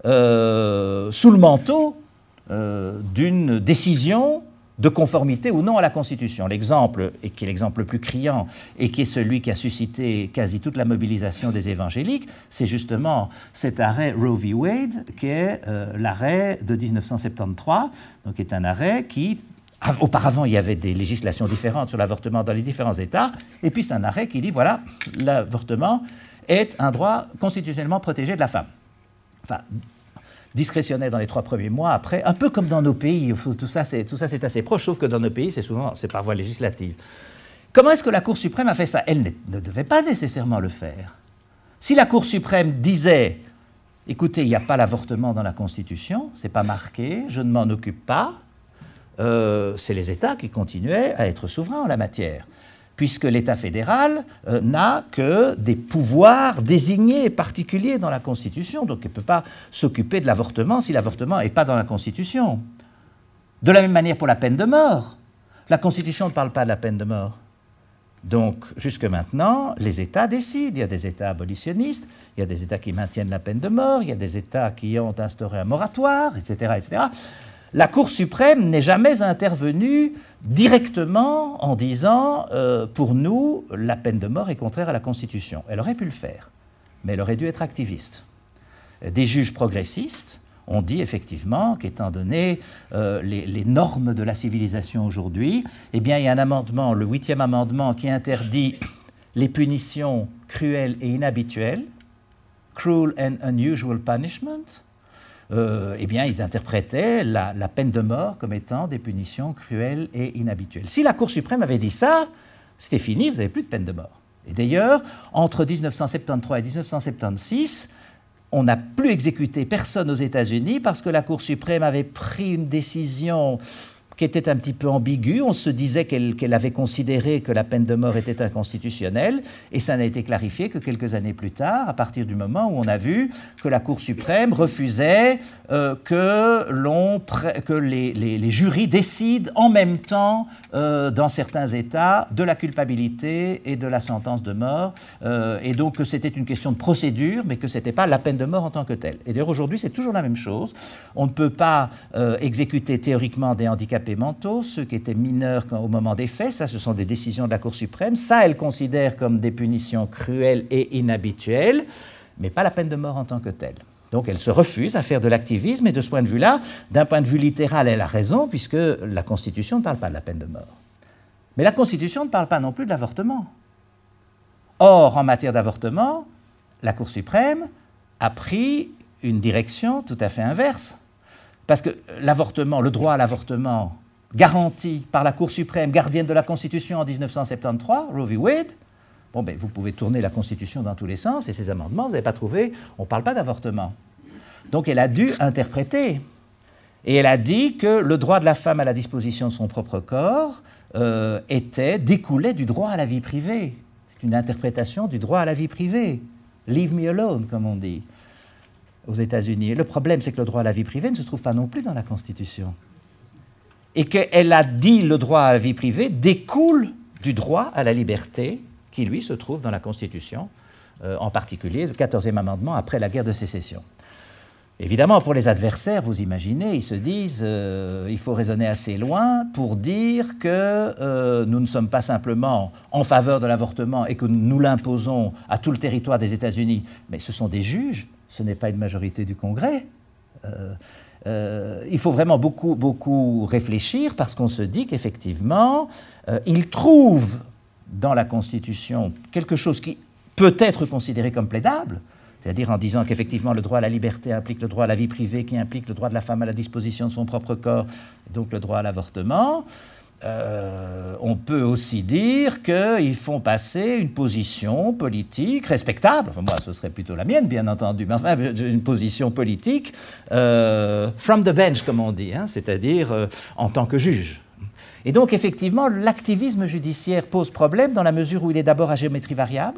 euh, sous le manteau euh, d'une décision de conformité ou non à la Constitution. L'exemple, et qui est l'exemple le plus criant, et qui est celui qui a suscité quasi toute la mobilisation des évangéliques, c'est justement cet arrêt Roe v. Wade, qui est euh, l'arrêt de dix-neuf cent soixante-treize, donc qui est un arrêt qui... Auparavant, il y avait des législations différentes sur l'avortement dans les différents États, et puis c'est un arrêt qui dit, voilà, l'avortement est un droit constitutionnellement protégé de la femme. Enfin, discrétionnaire dans les trois premiers mois, après, un peu comme dans nos pays, tout ça c'est, tout ça c'est assez proche, sauf que dans nos pays, c'est souvent c'est par voie législative. Comment est-ce que la Cour suprême a fait ça? Elle ne devait pas nécessairement le faire. Si la Cour suprême disait, écoutez, il n'y a pas l'avortement dans la Constitution, c'est pas marqué, je ne m'en occupe pas, Euh, c'est les États qui continuaient à être souverains en la matière, puisque l'État fédéral euh, n'a que des pouvoirs désignés et particuliers dans la Constitution, donc il ne peut pas s'occuper de l'avortement si l'avortement n'est pas dans la Constitution. De la même manière pour la peine de mort. La Constitution ne parle pas de la peine de mort. Donc, jusque maintenant, les États décident. Il y a des États abolitionnistes, il y a des États qui maintiennent la peine de mort, il y a des États qui ont instauré un moratoire, et cetera, et cetera. La Cour suprême n'est jamais intervenue directement en disant euh, « pour nous, la peine de mort est contraire à la Constitution ». Elle aurait pu le faire, mais elle aurait dû être activiste. Des juges progressistes ont dit effectivement qu'étant donné euh, les, les normes de la civilisation aujourd'hui, eh bien, il y a un amendement, le huitième amendement, qui interdit les punitions cruelles et inhabituelles, « cruel and unusual punishment ». Euh, eh bien, ils interprétaient la, la peine de mort comme étant des punitions cruelles et inhabituelles. Si la Cour suprême avait dit ça, c'était fini, vous n'avez plus de peine de mort. Et d'ailleurs, entre dix-neuf cent soixante-treize et dix-neuf cent soixante-seize, on n'a plus exécuté personne aux États-Unis parce que la Cour suprême avait pris une décision qui était un petit peu ambiguë. On se disait qu'elle, qu'elle avait considéré que la peine de mort était inconstitutionnelle, et ça n'a été clarifié que quelques années plus tard, à partir du moment où on a vu que la Cour suprême refusait euh, que, l'on pré- que les, les, les jurys décident en même temps, euh, dans certains États, de la culpabilité et de la sentence de mort, euh, et donc que c'était une question de procédure, mais que ce n'était pas la peine de mort en tant que telle. Et d'ailleurs, aujourd'hui, c'est toujours la même chose. On ne peut pas euh, exécuter théoriquement des handicapés mentaux, ceux qui étaient mineurs quand, au moment des faits, ça ce sont des décisions de la Cour suprême, ça elle considère comme des punitions cruelles et inhabituelles, mais pas la peine de mort en tant que telle. Donc elle se refuse à faire de l'activisme, et de ce point de vue-là, d'un point de vue littéral, elle a raison, puisque la Constitution ne parle pas de la peine de mort. Mais la Constitution ne parle pas non plus de l'avortement. Or, en matière d'avortement, la Cour suprême a pris une direction tout à fait inverse. Parce que l'avortement, le droit à l'avortement garanti par la Cour suprême, gardienne de la Constitution en dix-neuf cent soixante-treize, Roe v. Wade, bon, ben, vous pouvez tourner la Constitution dans tous les sens, et ces amendements, vous n'avez pas trouvé, on ne parle pas d'avortement. Donc elle a dû interpréter, et elle a dit que le droit de la femme à la disposition de son propre corps euh, était, découlait du droit à la vie privée. C'est une interprétation du droit à la vie privée. Leave me alone, comme on dit aux États-Unis. Le problème, c'est que le droit à la vie privée ne se trouve pas non plus dans la Constitution. Et qu'elle a dit le droit à la vie privée découle du droit à la liberté qui, lui, se trouve dans la Constitution, euh, en particulier le quatorzième amendement après la guerre de sécession. Évidemment, pour les adversaires, vous imaginez, ils se disent euh, il faut raisonner assez loin pour dire que euh, nous ne sommes pas simplement en faveur de l'avortement et que nous l'imposons à tout le territoire des États-Unis, mais ce sont des juges, ce n'est pas une majorité du Congrès. Euh, euh, il faut vraiment beaucoup, beaucoup réfléchir, parce qu'on se dit qu'effectivement, euh, ils trouvent dans la Constitution quelque chose qui peut être considéré comme plaidable, c'est-à-dire en disant qu'effectivement le droit à la liberté implique le droit à la vie privée, qui implique le droit de la femme à la disposition de son propre corps, donc le droit à l'avortement. Euh, on peut aussi dire qu'ils font passer une position politique respectable, enfin moi ce serait plutôt la mienne bien entendu, mais enfin une position politique euh, from the bench comme on dit, hein, c'est-à-dire euh, en tant que juge. Et donc effectivement l'activisme judiciaire pose problème dans la mesure où il est d'abord à géométrie variable.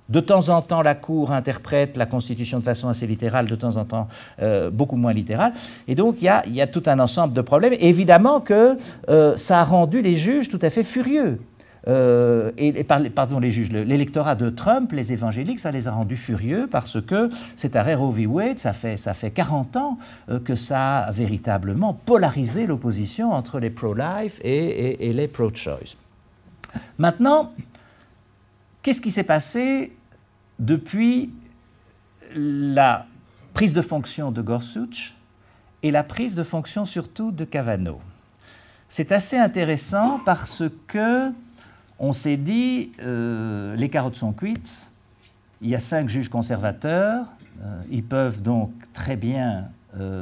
De temps en temps, la Cour interprète la Constitution de façon assez littérale, de temps en temps euh, beaucoup moins littérale. Et donc, il y a, y a tout un ensemble de problèmes. Et évidemment que euh, ça a rendu les juges tout à fait furieux. Euh, et, et par, pardon, les juges, l'électorat de Trump, les évangéliques, ça les a rendus furieux parce que cet arrêt Roe v. Wade, ça fait, ça fait quarante ans euh, que ça a véritablement polarisé l'opposition entre les pro-life et, et, et les pro-choice. Maintenant, qu'est-ce qui s'est passé depuis la prise de fonction de Gorsuch et la prise de fonction surtout de Kavanaugh? C'est assez intéressant parce que on s'est dit, euh, les carottes sont cuites, il y a cinq juges conservateurs, euh, ils peuvent donc très bien euh,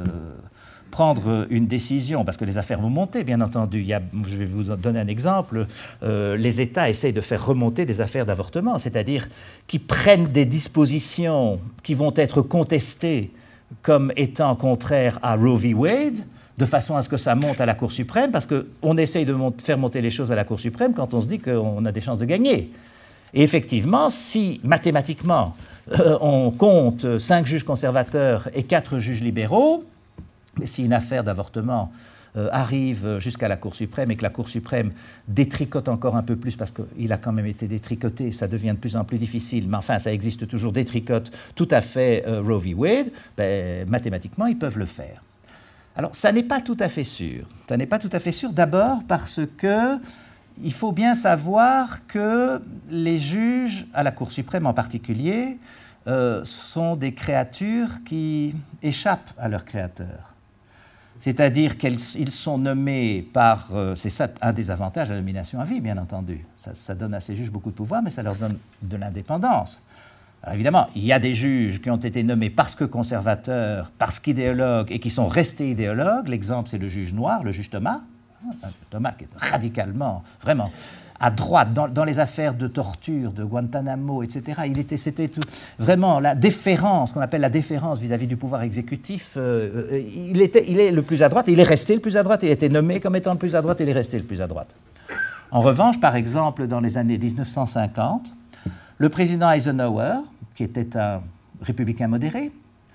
prendre une décision, parce que les affaires vont monter, bien entendu. Il y a, je vais vous donner un exemple, euh, les États essayent de faire remonter des affaires d'avortement, c'est-à-dire qu'ils prennent des dispositions qui vont être contestées comme étant contraires à Roe v. Wade, de façon à ce que ça monte à la Cour suprême, parce qu'on essaye de mont- faire monter les choses à la Cour suprême quand on se dit qu'on a des chances de gagner. Et effectivement, si mathématiquement euh, on compte cinq juges conservateurs et quatre juges libéraux, mais si une affaire d'avortement euh, arrive jusqu'à la Cour suprême et que la Cour suprême détricote encore un peu plus, parce qu'il a quand même été détricoté, ça devient de plus en plus difficile, mais enfin ça existe toujours, détricote tout à fait euh, Roe v. Wade, ben, mathématiquement ils peuvent le faire. Alors, ça n'est pas tout à fait sûr. Ça n'est pas tout à fait sûr, d'abord parce que il faut bien savoir que les juges, à la Cour suprême en particulier, euh, sont des créatures qui échappent à leur créateur. C'est-à-dire qu'ils sont nommés par... Euh, c'est ça un des avantages de la nomination à vie, bien entendu. Ça, ça donne à ces juges beaucoup de pouvoir, mais ça leur donne de l'indépendance. Alors évidemment, il y a des juges qui ont été nommés parce que conservateurs, parce qu'idéologues, et qui sont restés idéologues. L'exemple, c'est le juge noir, le juge Thomas. Thomas qui est radicalement, vraiment, à droite, dans, dans les affaires de torture, de Guantanamo, et cetera. Il était, c'était tout, vraiment la déférence, qu'on appelle la déférence vis-à-vis du pouvoir exécutif. Euh, il, était, il est le plus à droite, et il est resté le plus à droite. Il a été nommé comme étant le plus à droite, et il est resté le plus à droite. En revanche, par exemple, dans les années dix-neuf cent cinquante, le président Eisenhower, qui était un républicain modéré,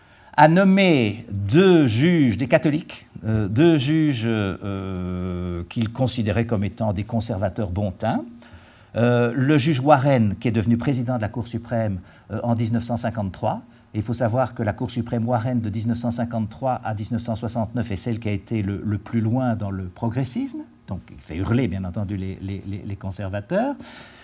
a nommé deux juges, des catholiques, euh, deux juges euh, qu'il considérait comme étant des conservateurs bon-teint. Euh, le juge Warren, qui est devenu président de la Cour suprême euh, en dix-neuf cent cinquante-trois. Et il faut savoir que la Cour suprême Warren de dix-neuf cent cinquante-trois à dix-neuf cent soixante-neuf est celle qui a été le, le plus loin dans le progressisme. Donc il fait hurler, bien entendu, les, les, les conservateurs.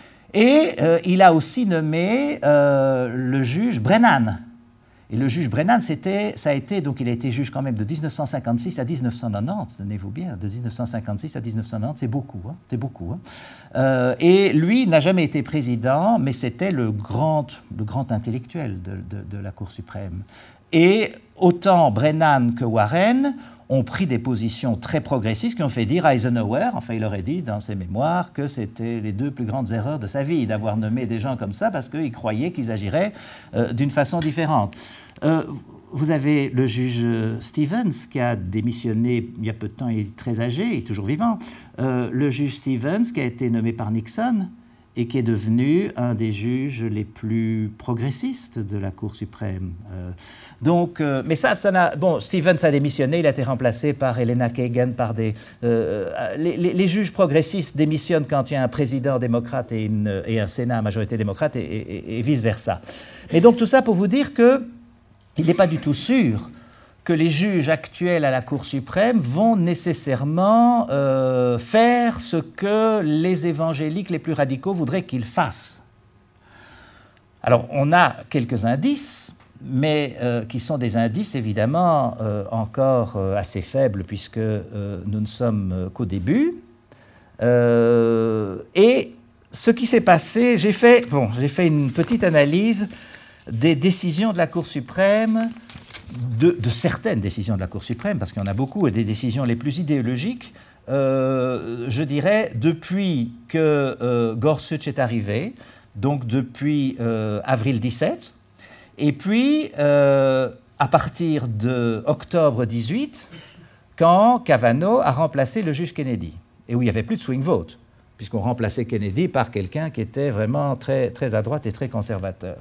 Et euh, il a aussi nommé euh, le juge Brennan. Et le juge Brennan, c'était, ça a été, donc il a été juge quand même de dix-neuf cent cinquante-six à dix-neuf cent quatre-vingt-dix, tenez-vous bien, de dix-neuf cent cinquante-six à dix-neuf cent quatre-vingt-dix, c'est beaucoup, hein, c'est beaucoup. Hein. Euh, et lui n'a jamais été président, mais c'était le grand, le grand intellectuel de, de, de la Cour suprême. Et autant Brennan que Warren ont pris des positions très progressistes qui ont fait dire à Eisenhower, enfin il aurait dit dans ses mémoires, que c'était les deux plus grandes erreurs de sa vie, d'avoir nommé des gens comme ça parce qu'il croyait qu'ils agiraient euh, d'une façon différente. Euh, vous avez le juge Stevens qui a démissionné il y a peu de temps, il est très âgé, il est toujours vivant. Euh, le juge Stevens qui a été nommé par Nixon et qui est devenu un des juges les plus progressistes de la Cour suprême. Euh, donc, euh, mais ça, ça n'a... Bon, Stevens a démissionné, il a été remplacé par Elena Kagan, par des... Euh, les, les, les juges progressistes démissionnent quand il y a un président démocrate et, une, et un Sénat à majorité démocrate et, et, et vice-versa. Et donc, tout ça pour vous dire qu'il n'est pas du tout sûr que les juges actuels à la Cour suprême vont nécessairement euh, faire ce que les évangéliques les plus radicaux voudraient qu'ils fassent. Alors, on a quelques indices, mais euh, qui sont des indices évidemment euh, encore euh, assez faibles, puisque euh, nous ne sommes euh, qu'au début. Euh, et ce qui s'est passé, j'ai fait, bon, j'ai fait une petite analyse des décisions de la Cour suprême, De, de certaines décisions de la Cour suprême, parce qu'il y en a beaucoup, et des décisions les plus idéologiques, euh, je dirais, depuis que euh, Gorsuch est arrivé, donc depuis euh, avril dix-sept, et puis euh, à partir d'octobre dix-huit, quand Kavanaugh a remplacé le juge Kennedy, et où il n'y avait plus de swing vote. puisqu'on remplaçait Kennedy par quelqu'un qui était vraiment très, très à droite et très conservateur.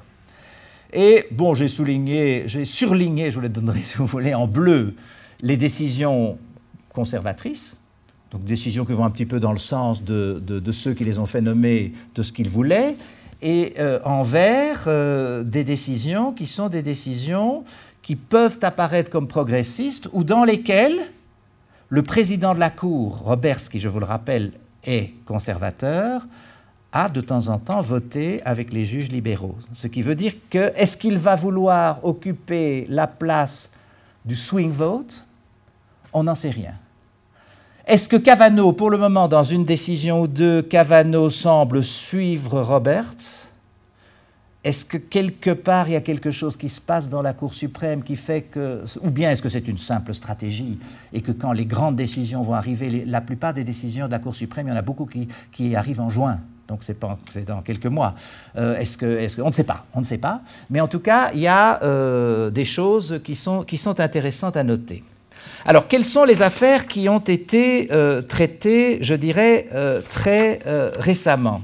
Et bon, j'ai souligné, j'ai surligné, je vous les donnerai si vous voulez, en bleu, les décisions conservatrices, donc décisions qui vont un petit peu dans le sens de, de, de ceux qui les ont fait nommer, de ce qu'ils voulaient, et euh, en vert, euh, des décisions qui sont des décisions qui peuvent apparaître comme progressistes ou dans lesquelles le président de la Cour, Roberts, qui je vous le rappelle est conservateur, a de temps en temps voté avec les juges libéraux. Ce qui veut dire que, est-ce qu'il va vouloir occuper la place du swing vote? On n'en sait rien. Est-ce que Kavanaugh, pour le moment, dans une décision ou deux, Kavanaugh semble suivre Roberts? Est-ce que quelque part, il y a quelque chose qui se passe dans la Cour suprême qui fait que... Ou bien est-ce que c'est une simple stratégie et que quand les grandes décisions vont arriver, les, la plupart des décisions de la Cour suprême, il y en a beaucoup qui, qui arrivent en juin. Donc c'est, pas, c'est dans quelques mois. Euh, est-ce que, est-ce que, on ne sait pas, on ne sait pas. Mais en tout cas, il y a euh, des choses qui sont, qui sont intéressantes à noter. Alors, quelles sont les affaires qui ont été euh, traitées, je dirais, euh, très euh, récemment?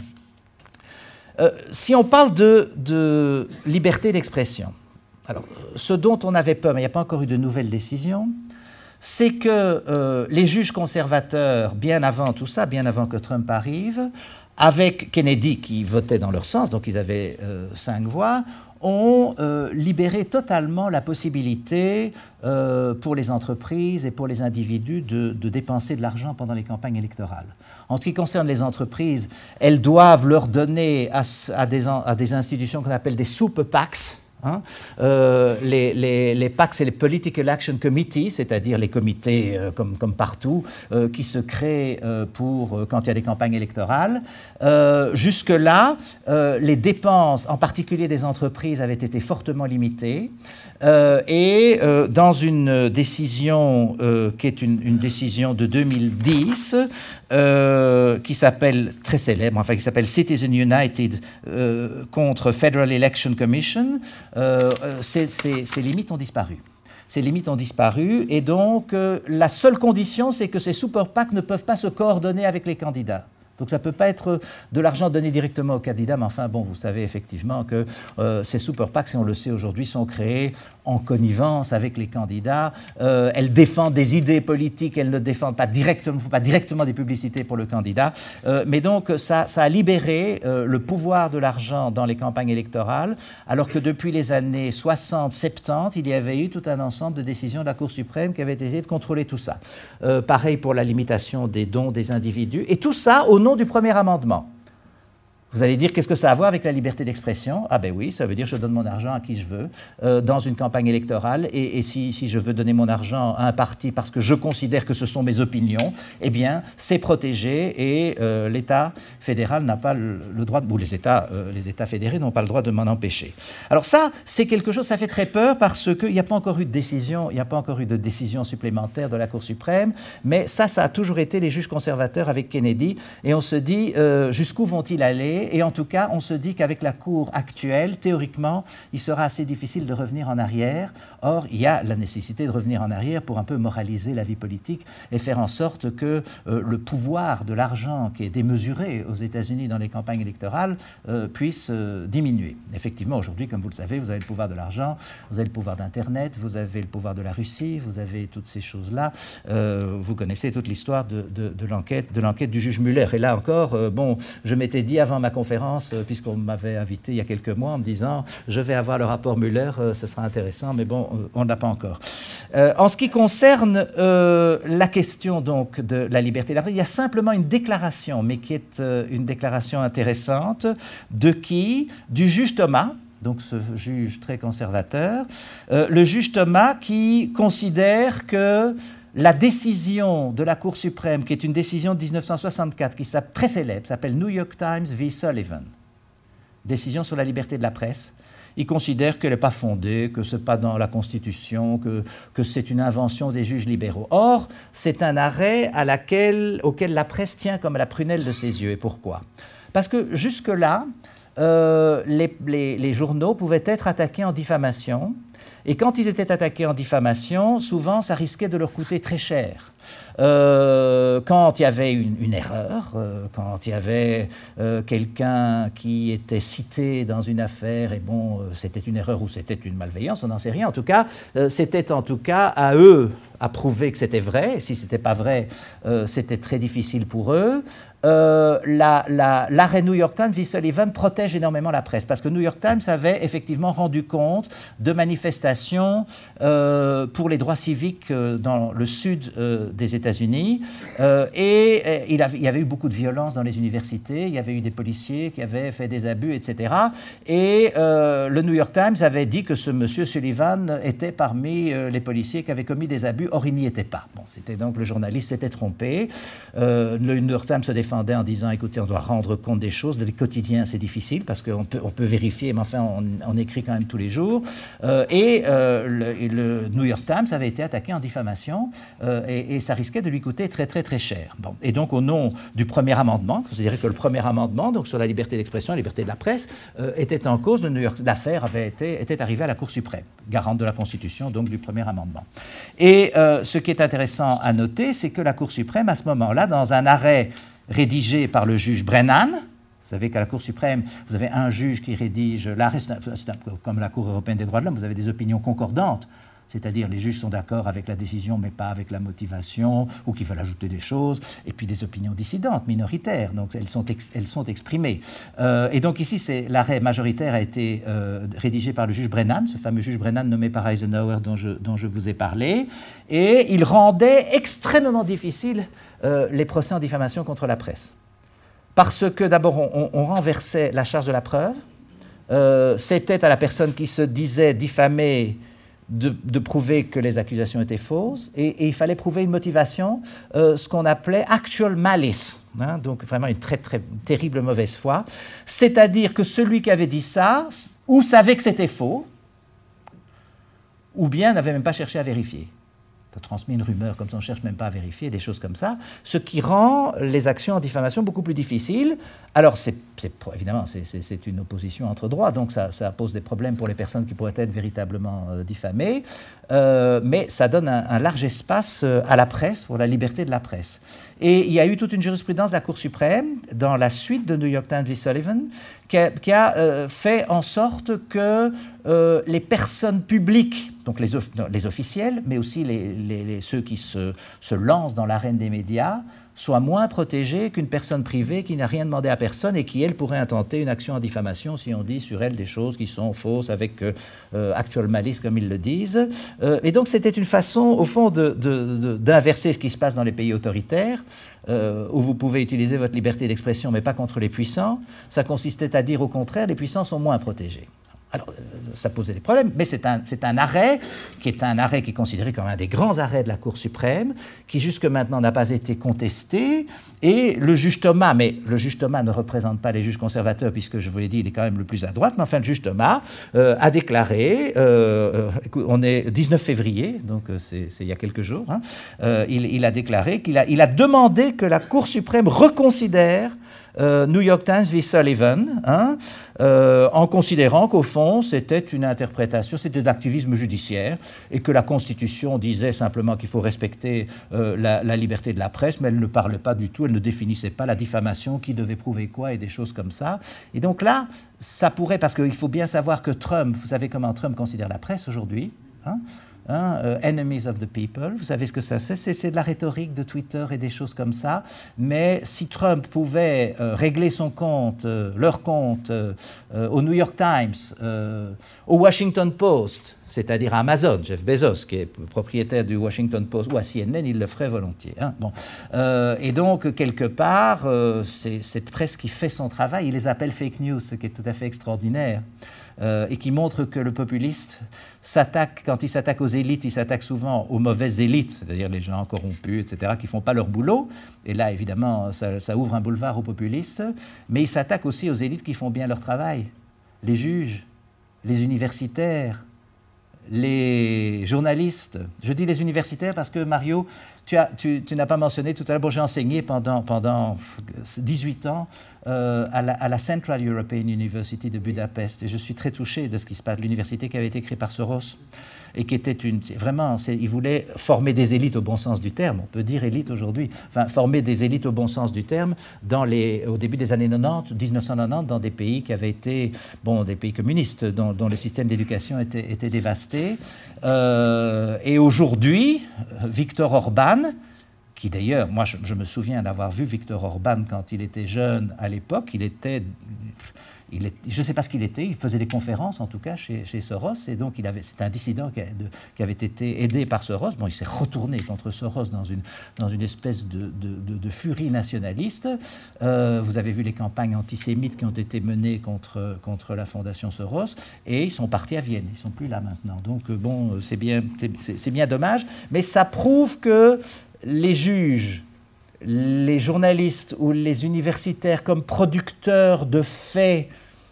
euh, Si on parle de, de liberté d'expression, alors, ce dont on avait peur, mais il n'y a pas encore eu de nouvelles décisions, c'est que euh, les juges conservateurs, bien avant tout ça, bien avant que Trump arrive, avec Kennedy qui votait dans leur sens, donc ils avaient euh, cinq voix, ont euh, libéré totalement la possibilité euh, pour les entreprises et pour les individus de, de dépenser de l'argent pendant les campagnes électorales. En ce qui concerne les entreprises, elles doivent leur donner à, à, des, à des institutions qu'on appelle des super PACs. Hein, euh, les, les, les PACs, c'est les Political Action Committees, c'est-à-dire les comités euh, comme, comme partout, euh, qui se créent euh, pour euh, quand il y a des campagnes électorales. Euh, jusque-là, euh, les dépenses, en particulier des entreprises, avaient été fortement limitées. Euh, et euh, dans une décision euh, qui est une, une décision de deux mille dix, euh, qui s'appelle, très célèbre, enfin qui s'appelle Citizen United euh, contre Federal Election Commission, euh, ces, ces, ces limites ont disparu. Ces limites ont disparu et donc euh, la seule condition, c'est que ces super PAC ne peuvent pas se coordonner avec les candidats. Donc ça ne peut pas être de l'argent donné directement aux candidats, mais enfin, bon, vous savez effectivement que euh, ces super PAC, si on le sait aujourd'hui, sont créées en connivence avec les candidats. Euh, elles défendent des idées politiques, elles ne défendent pas directement, pas directement des publicités pour le candidat. Euh, mais donc ça, ça a libéré euh, le pouvoir de l'argent dans les campagnes électorales, alors que depuis les années soixante soixante-dix, il y avait eu tout un ensemble de décisions de la Cour suprême qui avaient essayé de contrôler tout ça. Euh, pareil pour la limitation des dons des individus. Et tout ça au nom du premier amendement. Vous allez dire, qu'est-ce que ça a à voir avec la liberté d'expression? Ah ben oui, ça veut dire que je donne mon argent à qui je veux euh, dans une campagne électorale et, et si, si je veux donner mon argent à un parti parce que je considère que ce sont mes opinions, eh bien, c'est protégé et euh, l'État fédéral n'a pas le, le droit, de, ou les États, euh, les États fédérés n'ont pas le droit de m'en empêcher. Alors ça, c'est quelque chose, ça fait très peur parce qu'il n'y a pas encore eu de décision, il n'y a pas encore eu de décision supplémentaire de la Cour suprême, mais ça, ça a toujours été les juges conservateurs avec Kennedy et on se dit, euh, jusqu'où vont-ils aller? Et en tout cas, on se dit qu'avec la Cour actuelle, théoriquement, il sera assez difficile de revenir en arrière. Or, il y a la nécessité de revenir en arrière pour un peu moraliser la vie politique et faire en sorte que euh, le pouvoir de l'argent qui est démesuré aux États-Unis dans les campagnes électorales euh, puisse euh, diminuer. Effectivement, aujourd'hui, comme vous le savez, vous avez le pouvoir de l'argent, vous avez le pouvoir d'Internet, vous avez le pouvoir de la Russie, vous avez toutes ces choses-là. Euh, vous connaissez toute l'histoire de, de, de, l'enquête, de l'enquête du juge Mueller. Et là encore, euh, bon, je m'étais dit avant ma conférence, euh, puisqu'on m'avait invité il y a quelques mois en me disant « je vais avoir le rapport Mueller, euh, ce sera intéressant », mais bon, euh, on ne l'a pas encore. Euh, en ce qui concerne euh, la question donc de la liberté d'expression, il y a simplement une déclaration, mais qui est euh, une déclaration intéressante, de qui? Du juge Thomas, donc ce juge très conservateur, euh, le juge Thomas qui considère que la décision de la Cour suprême, qui est une décision de dix-neuf cent soixante-quatre, qui est très célèbre, s'appelle New York Times v. Sullivan, décision sur la liberté de la presse, il considère qu'elle n'est pas fondée, que ce n'est pas dans la Constitution, que, que c'est une invention des juges libéraux. Or, c'est un arrêt à laquelle, auquel la presse tient comme à la prunelle de ses yeux. Et pourquoi? Parce que jusque-là, euh, les, les, les journaux pouvaient être attaqués en diffamation Et quand ils étaient attaqués en diffamation, souvent, ça risquait de leur coûter très cher. Euh, quand il y avait une, une erreur, euh, quand il y avait euh, quelqu'un qui était cité dans une affaire, et bon, euh, c'était une erreur ou c'était une malveillance, on n'en sait rien. En tout cas, euh, c'était en tout cas à eux à prouver que c'était vrai. Et si ce n'était pas vrai, euh, c'était très difficile pour eux. Euh, la, la, l'arrêt New York Times v. Sullivan protège énormément la presse parce que New York Times avait effectivement rendu compte de manifestations euh, pour les droits civiques euh, dans le sud euh, des États-Unis euh, et euh, il, avait, il y avait eu beaucoup de violence dans les universités, il y avait eu des policiers qui avaient fait des abus, et cetera. Et euh, le New York Times avait dit que ce monsieur Sullivan était parmi euh, les policiers qui avaient commis des abus, or il n'y était pas. Bon, c'était donc le journaliste s'était trompé. Euh, le New York Times se défendait en disant, écoutez, on doit rendre compte des choses. Les quotidiens, c'est difficile parce qu'on peut, on peut vérifier, mais enfin, on, on écrit quand même tous les jours. Euh, et euh, le, le New York Times avait été attaqué en diffamation euh, et, et ça risquait de lui coûter très, très, très cher. Bon. Et donc, au nom du premier amendement, je dirais que le premier amendement, donc sur la liberté d'expression, la liberté de la presse, euh, était en cause. Le New York, l'affaire avait été, était arrivée à la Cour suprême, garante de la Constitution, donc du premier amendement. Et euh, ce qui est intéressant à noter, c'est que la Cour suprême, à ce moment-là, dans un arrêt rédigé par le juge Brennan. Vous savez qu'à la Cour suprême, vous avez un juge qui rédige l'arrêt, comme la Cour européenne des droits de l'homme, vous avez des opinions concordantes, c'est-à-dire les juges sont d'accord avec la décision mais pas avec la motivation, ou qui veulent ajouter des choses, et puis des opinions dissidentes, minoritaires, donc elles sont, ex, elles sont exprimées. Euh, et donc ici, c'est, l'arrêt majoritaire a été euh, rédigé par le juge Brennan, ce fameux juge Brennan nommé par Eisenhower dont je, dont je vous ai parlé, et il rendait extrêmement difficile euh, les procès en diffamation contre la presse. Parce que d'abord, on, on renversait la charge de la preuve, euh, c'était à la personne qui se disait diffamée De, de prouver que les accusations étaient fausses, et, et il fallait prouver une motivation, euh, ce qu'on appelait actual malice, hein, donc vraiment une très, très terrible mauvaise foi, c'est-à-dire que celui qui avait dit ça, ou savait que c'était faux, ou bien n'avait même pas cherché à vérifier. Tu as transmis une rumeur, comme ça on ne cherche même pas à vérifier, des choses comme ça, ce qui rend les actions en diffamation beaucoup plus difficiles. Alors, c'est, c'est, évidemment, c'est, c'est, c'est une opposition entre droits, donc ça, ça pose des problèmes pour les personnes qui pourraient être véritablement euh, diffamées, euh, mais ça donne un, un large espace euh, à la presse, pour la liberté de la presse. Et il y a eu toute une jurisprudence de la Cour suprême, dans la suite de New York Times v. Sullivan, qui a, qui a euh, fait en sorte que euh, les personnes publiques, donc les, of, non, les officiels, mais aussi les, les, les, ceux qui se, se lancent dans l'arène des médias, soient moins protégés qu'une personne privée qui n'a rien demandé à personne et qui, elle, pourrait intenter une action en diffamation si on dit sur elle des choses qui sont fausses avec euh, actual malice, comme ils le disent. Euh, et donc, c'était une façon, au fond, de, de, de, d'inverser ce qui se passe dans les pays autoritaires, euh, où vous pouvez utiliser votre liberté d'expression, mais pas contre les puissants. Ça consistait à dire, au contraire, les puissants sont moins protégés. Alors, ça posait des problèmes, mais c'est un, c'est un arrêt qui est un arrêt qui est considéré comme un des grands arrêts de la Cour suprême, qui jusque maintenant n'a pas été contesté. Et le juge Thomas, mais le juge Thomas ne représente pas les juges conservateurs, puisque je vous l'ai dit, il est quand même le plus à droite, mais enfin, le juge Thomas euh, a déclaré, euh, euh, on est dix-neuf février, donc c'est, c'est il y a quelques jours, hein, euh, il, il a déclaré qu'il a, il a demandé que la Cour suprême reconsidère Euh, New York Times v. Sullivan, hein, euh, en considérant qu'au fond, c'était une interprétation, c'était de l'activisme judiciaire, et que la Constitution disait simplement qu'il faut respecter euh, la, la liberté de la presse, mais elle ne parlait pas du tout, elle ne définissait pas la diffamation, qui devait prouver quoi, et des choses comme ça. Et donc là, ça pourrait, parce qu'il faut bien savoir que Trump, vous savez comment Trump considère la presse aujourd'hui, hein, Hein, euh, enemies of the people, vous savez ce que ça c'est, c'est, c'est de la rhétorique de Twitter et des choses comme ça, mais si Trump pouvait euh, régler son compte, euh, leur compte, euh, euh, au New York Times, euh, au Washington Post, c'est-à-dire à Amazon, Jeff Bezos, qui est propriétaire du Washington Post, ou à C N N, il le ferait volontiers. Hein, bon. euh, et donc, quelque part, euh, c'est cette presse qui fait son travail, il les appelle fake news, ce qui est tout à fait extraordinaire. Euh, et qui montre que le populiste s'attaque, quand il s'attaque aux élites, il s'attaque souvent aux mauvaises élites, c'est-à-dire les gens corrompus, et cetera, qui ne font pas leur boulot. Et là, évidemment, ça, ça ouvre un boulevard aux populistes. Mais il s'attaque aussi aux élites qui font bien leur travail. Les juges, les universitaires, les journalistes. Je dis les universitaires parce que, Mario, tu, as, tu, tu n'as pas mentionné tout à l'heure, bon, j'ai enseigné pendant, pendant dix-huit ans euh, à, la, à la Central European University de Budapest, et je suis très touché de ce qui se passe, l'université qui avait été créée par Soros, et qui était une, vraiment, il voulait former des élites au bon sens du terme, on peut dire élite aujourd'hui, enfin former des élites au bon sens du terme dans les, au début des années quatre-vingt-dix, dix-neuf cent quatre-vingt-dix, dans des pays qui avaient été, bon, des pays communistes, dont, dont le système d'éducation était, était dévasté. Euh, et aujourd'hui, Viktor Orban, qui d'ailleurs, moi je, je me souviens d'avoir vu Viktor Orban quand il était jeune à l'époque, il était... Il est, je ne sais pas ce qu'il était, il faisait des conférences en tout cas chez, chez Soros, et donc il avait, c'est un dissident qui, a, de, qui avait été aidé par Soros. Bon, il s'est retourné contre Soros dans une, dans une espèce de, de, de, de furie nationaliste. Euh, vous avez vu les campagnes antisémites qui ont été menées contre, contre la fondation Soros, et ils sont partis à Vienne, ils ne sont plus là maintenant. Donc bon, c'est bien, c'est, c'est bien dommage, mais ça prouve que les juges, les journalistes ou les universitaires comme producteurs de faits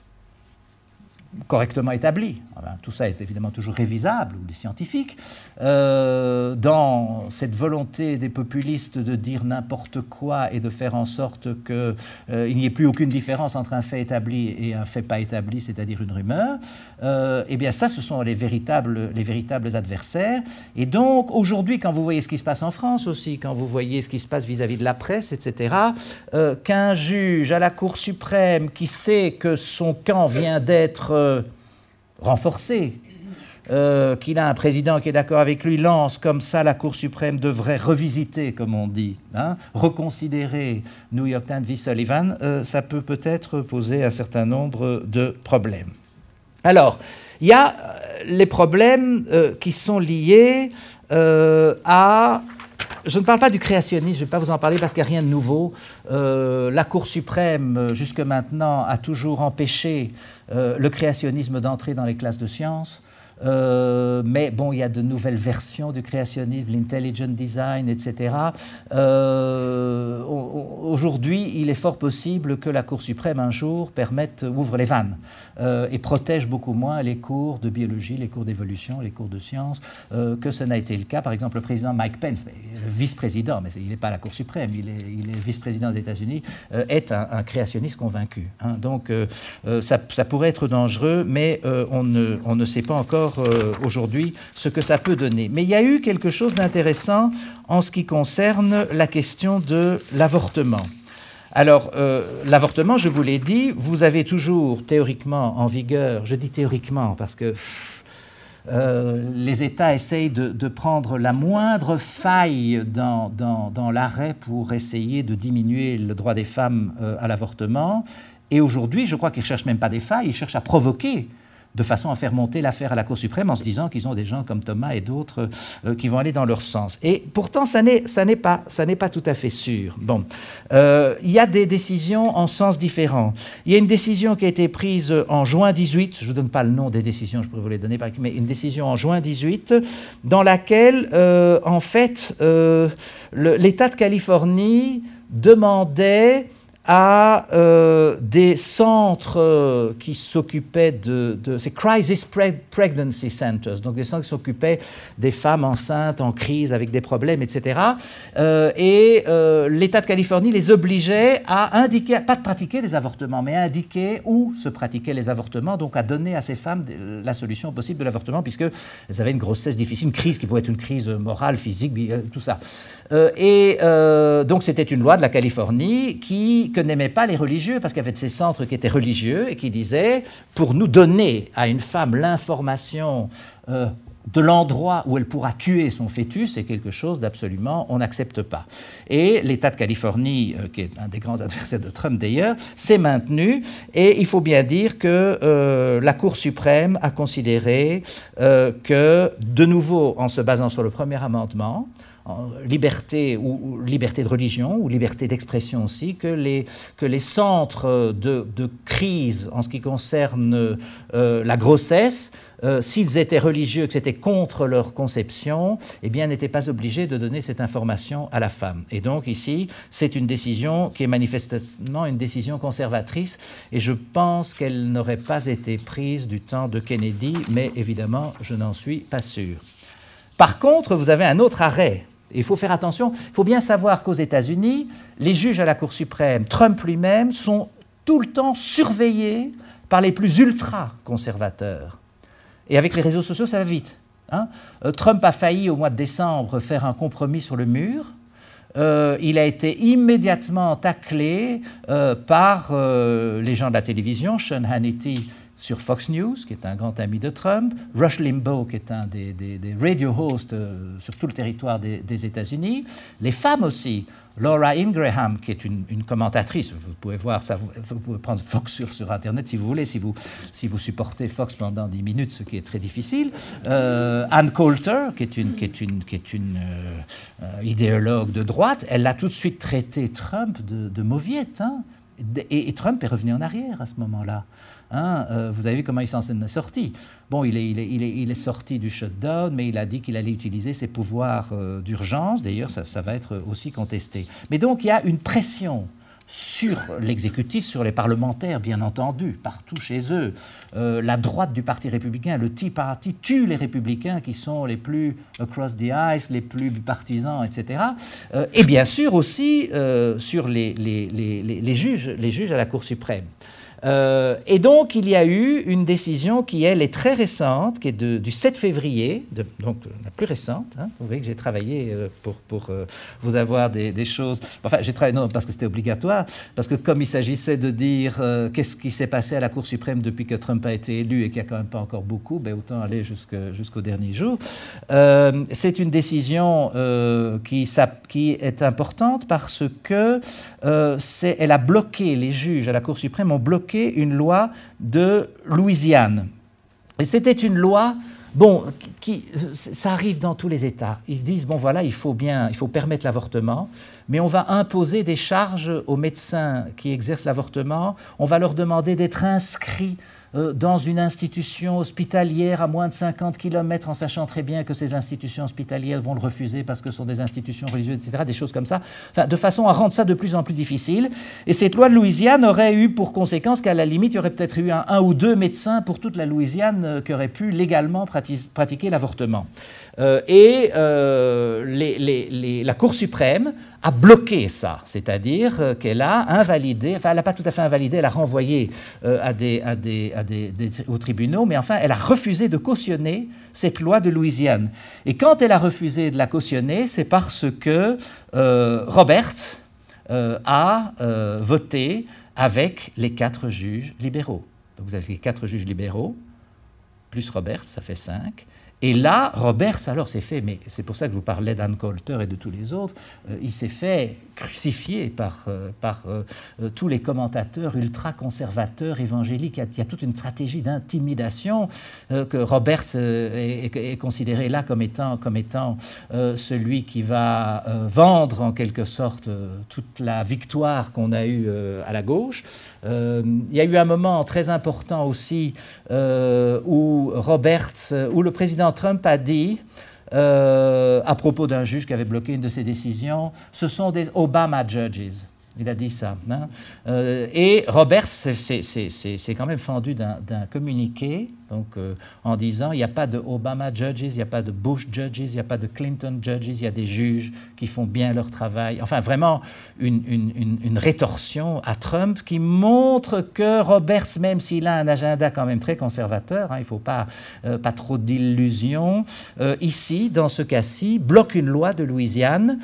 correctement établis, enfin, tout ça est évidemment toujours révisable, ou les scientifiques, euh, dans cette volonté des populistes de dire n'importe quoi et de faire en sorte qu'il euh, n'y ait plus aucune différence entre un fait établi et un fait pas établi, c'est-à-dire une rumeur, euh, eh bien ça, ce sont les véritables, les véritables adversaires. Et donc, aujourd'hui, quand vous voyez ce qui se passe en France aussi, quand vous voyez ce qui se passe vis-à-vis de la presse, et cetera, euh, qu'un juge à la Cour suprême qui sait que son camp vient d'être euh, renforcé, euh, qu'il a un président qui est d'accord avec lui, lance comme ça, la Cour suprême devrait revisiter, comme on dit, hein, reconsidérer New York Times v. Sullivan, euh, ça peut peut-être poser un certain nombre de problèmes. Alors, il y a les problèmes euh, qui sont liés euh, à... Je ne parle pas du créationnisme, je ne vais pas vous en parler parce qu'il n'y a rien de nouveau. Euh, la Cour suprême, jusque maintenant, a toujours empêché euh, le créationnisme d'entrer dans les classes de sciences. Euh, mais bon, il y a de nouvelles versions du créationnisme, l'intelligent design, et cetera. Euh, aujourd'hui, il est fort possible que la Cour suprême, un jour, permette, ouvre les vannes euh, et protège beaucoup moins les cours de biologie, les cours d'évolution, les cours de sciences, euh, que ce n'a été le cas. Par exemple, le président Mike Pence, le vice-président, mais il n'est pas à la Cour suprême, il est, il est vice-président des États-Unis, euh, est un, un créationniste convaincu. Hein. Donc, euh, ça, ça pourrait être dangereux, mais euh, on, ne, on ne sait pas encore Euh, aujourd'hui ce que ça peut donner. Mais il y a eu quelque chose d'intéressant en ce qui concerne la question de l'avortement. Alors, euh, l'avortement, je vous l'ai dit, vous avez toujours théoriquement en vigueur, je dis théoriquement parce que euh, les États essayent de, de prendre la moindre faille dans, dans, dans l'arrêt pour essayer de diminuer le droit des femmes euh, à l'avortement. Et aujourd'hui, je crois qu'ils ne cherchent même pas des failles, ils cherchent à provoquer de façon à faire monter l'affaire à la Cour suprême en se disant qu'ils ont des gens comme Thomas et d'autres euh, qui vont aller dans leur sens. Et pourtant, ça n'est, ça n'est pas, ça n'est pas tout à fait sûr. Bon, euh, il y a des décisions en sens différent. Il y a une décision qui a été prise en juin dix-huit, je ne vous donne pas le nom des décisions, je pourrais vous les donner par écrit, mais une décision en juin dix-huit, dans laquelle, euh, en fait, euh, le, l'État de Californie demandait à euh, des centres euh, qui s'occupaient de, de ces Crisis Pregnancy Centers, donc des centres qui s'occupaient des femmes enceintes en crise avec des problèmes, et cetera. Euh, et euh, l'État de Californie les obligeait à indiquer, pas de pratiquer des avortements, mais à indiquer où se pratiquaient les avortements, donc à donner à ces femmes la solution possible de l'avortement, puisqu'elles avaient une grossesse difficile, une crise qui pouvait être une crise morale, physique, tout ça. Euh, et euh, donc c'était une loi de la Californie qui que n'aimaient pas les religieux, parce qu'il y avait de ces centres qui étaient religieux et qui disaient, pour nous donner à une femme l'information euh, de l'endroit où elle pourra tuer son fœtus, c'est quelque chose d'absolument, on n'accepte pas. Et l'État de Californie, euh, qui est un des grands adversaires de Trump d'ailleurs, s'est maintenu, et il faut bien dire que euh, la Cour suprême a considéré euh, que, de nouveau, en se basant sur le premier amendement, liberté ou, ou liberté de religion ou liberté d'expression aussi, que les, que les centres de, de crise en ce qui concerne euh, la grossesse, euh, s'ils étaient religieux, que c'était contre leur conception, eh bien n'étaient pas obligés de donner cette information à la femme. Et donc ici, c'est une décision qui est manifestement une décision conservatrice, et je pense qu'elle n'aurait pas été prise du temps de Kennedy, mais évidemment, je n'en suis pas sûr. Par contre, vous avez un autre arrêt. Et il faut faire attention, il faut bien savoir qu'aux États-Unis, les juges à la Cour suprême, Trump lui-même, sont tout le temps surveillés par les plus ultra-conservateurs. Et avec les réseaux sociaux, ça va vite. Hein. Euh, Trump a failli, au mois de décembre, faire un compromis sur le mur. Euh, il a été immédiatement taclé euh, par euh, les gens de la télévision, Sean Hannity sur Fox News, qui est un grand ami de Trump, Rush Limbaugh, qui est un des, des, des radio hosts euh, sur tout le territoire des, des États-Unis, les femmes aussi, Laura Ingraham, qui est une, une commentatrice, vous pouvez voir ça, vous, vous pouvez prendre Fox sur, sur Internet si vous voulez, si vous, si vous supportez Fox pendant dix minutes, ce qui est très difficile. Euh, Ann Coulter, qui est une, qui est une, qui est une euh, euh, idéologue de droite, elle a tout de suite traité Trump de, de mauviette, hein, et, et Trump est revenu en arrière à ce moment-là. Hein, euh, vous avez vu comment il s'en est sorti. Bon, il est, il, est, il, est, il est sorti du shutdown, mais il a dit qu'il allait utiliser ses pouvoirs euh, d'urgence. D'ailleurs, ça, ça va être aussi contesté. Mais donc, il y a une pression sur l'exécutif, sur les parlementaires, bien entendu, partout chez eux. Euh, la droite du Parti républicain, le Tea Party, tue les républicains qui sont les plus across the ice, les plus partisans, et cetera. Euh, et bien sûr aussi euh, sur les, les, les, les, les, juges, les juges à la Cour suprême. Euh, et donc, il y a eu une décision qui, elle, est très récente, qui est de, du sept février, de, donc la plus récente. Hein. Vous voyez que j'ai travaillé euh, pour, pour euh, vous avoir des, des choses... Enfin, j'ai travaillé, non, parce que c'était obligatoire, parce que comme il s'agissait de dire euh, qu'est-ce qui s'est passé à la Cour suprême depuis que Trump a été élu et qu'il n'y a quand même pas encore beaucoup, ben, autant aller jusque, jusqu'au dernier jour. Euh, c'est une décision euh, qui, ça, qui est importante parce que euh, c'est, elle a bloqué, les juges à la Cour suprême ont bloqué une loi de Louisiane. Et c'était une loi, bon, qui, ça arrive dans tous les États. Ils se disent, bon voilà, il faut bien, il faut permettre l'avortement, mais on va imposer des charges aux médecins qui exercent l'avortement, on va leur demander d'être inscrits euh, dans une institution hospitalière à moins de cinquante kilomètres, en sachant très bien que ces institutions hospitalières vont le refuser parce que ce sont des institutions religieuses, et cetera, des choses comme ça, enfin, de façon à rendre ça de plus en plus difficile. Et cette loi de Louisiane aurait eu pour conséquence qu'à la limite, il y aurait peut-être eu un, un ou deux médecins pour toute la Louisiane euh, qui auraient pu légalement prati- pratiquer l'avortement. Euh, et euh, les, les, les, la Cour suprême a bloqué ça, c'est-à-dire euh, qu'elle a invalidé, enfin elle n'a pas tout à fait invalidé, elle a renvoyé euh, à des, à des, à des, des, aux tribunaux, mais enfin elle a refusé de cautionner cette loi de Louisiane. Et quand elle a refusé de la cautionner, c'est parce que euh, Roberts euh, a euh, voté avec les quatre juges libéraux. Donc vous avez les quatre juges libéraux, plus Roberts, ça fait cinq. Et là, Roberts, alors, s'est fait, mais c'est pour ça que je vous parlais d'Ann Coulter et de tous les autres, euh, il s'est fait crucifier par, euh, par euh, euh, tous les commentateurs ultra-conservateurs évangéliques. Il y a, il y a toute une stratégie d'intimidation euh, que Roberts euh, est, est, est considéré là comme étant, comme étant euh, celui qui va euh, vendre en quelque sorte euh, toute la victoire qu'on a eue euh, à la gauche. Euh, il y a eu un moment très important aussi euh, où Roberts, où le président Trump a dit, euh, à propos d'un juge qui avait bloqué une de ses décisions, ce sont des Obama judges. Il a dit ça. Hein? Euh, et Roberts s'est quand même fendu d'un communiqué donc, euh, en disant il n'y a pas de Obama judges, il n'y a pas de Bush judges, il n'y a pas de Clinton judges, il y a des juges qui font bien leur travail. Enfin, vraiment une, une, une, une rétorsion à Trump qui montre que Roberts, même s'il a un agenda quand même très conservateur, hein, il ne faut pas, euh, pas trop d'illusions, euh, ici, dans ce cas-ci, bloque une loi de Louisiane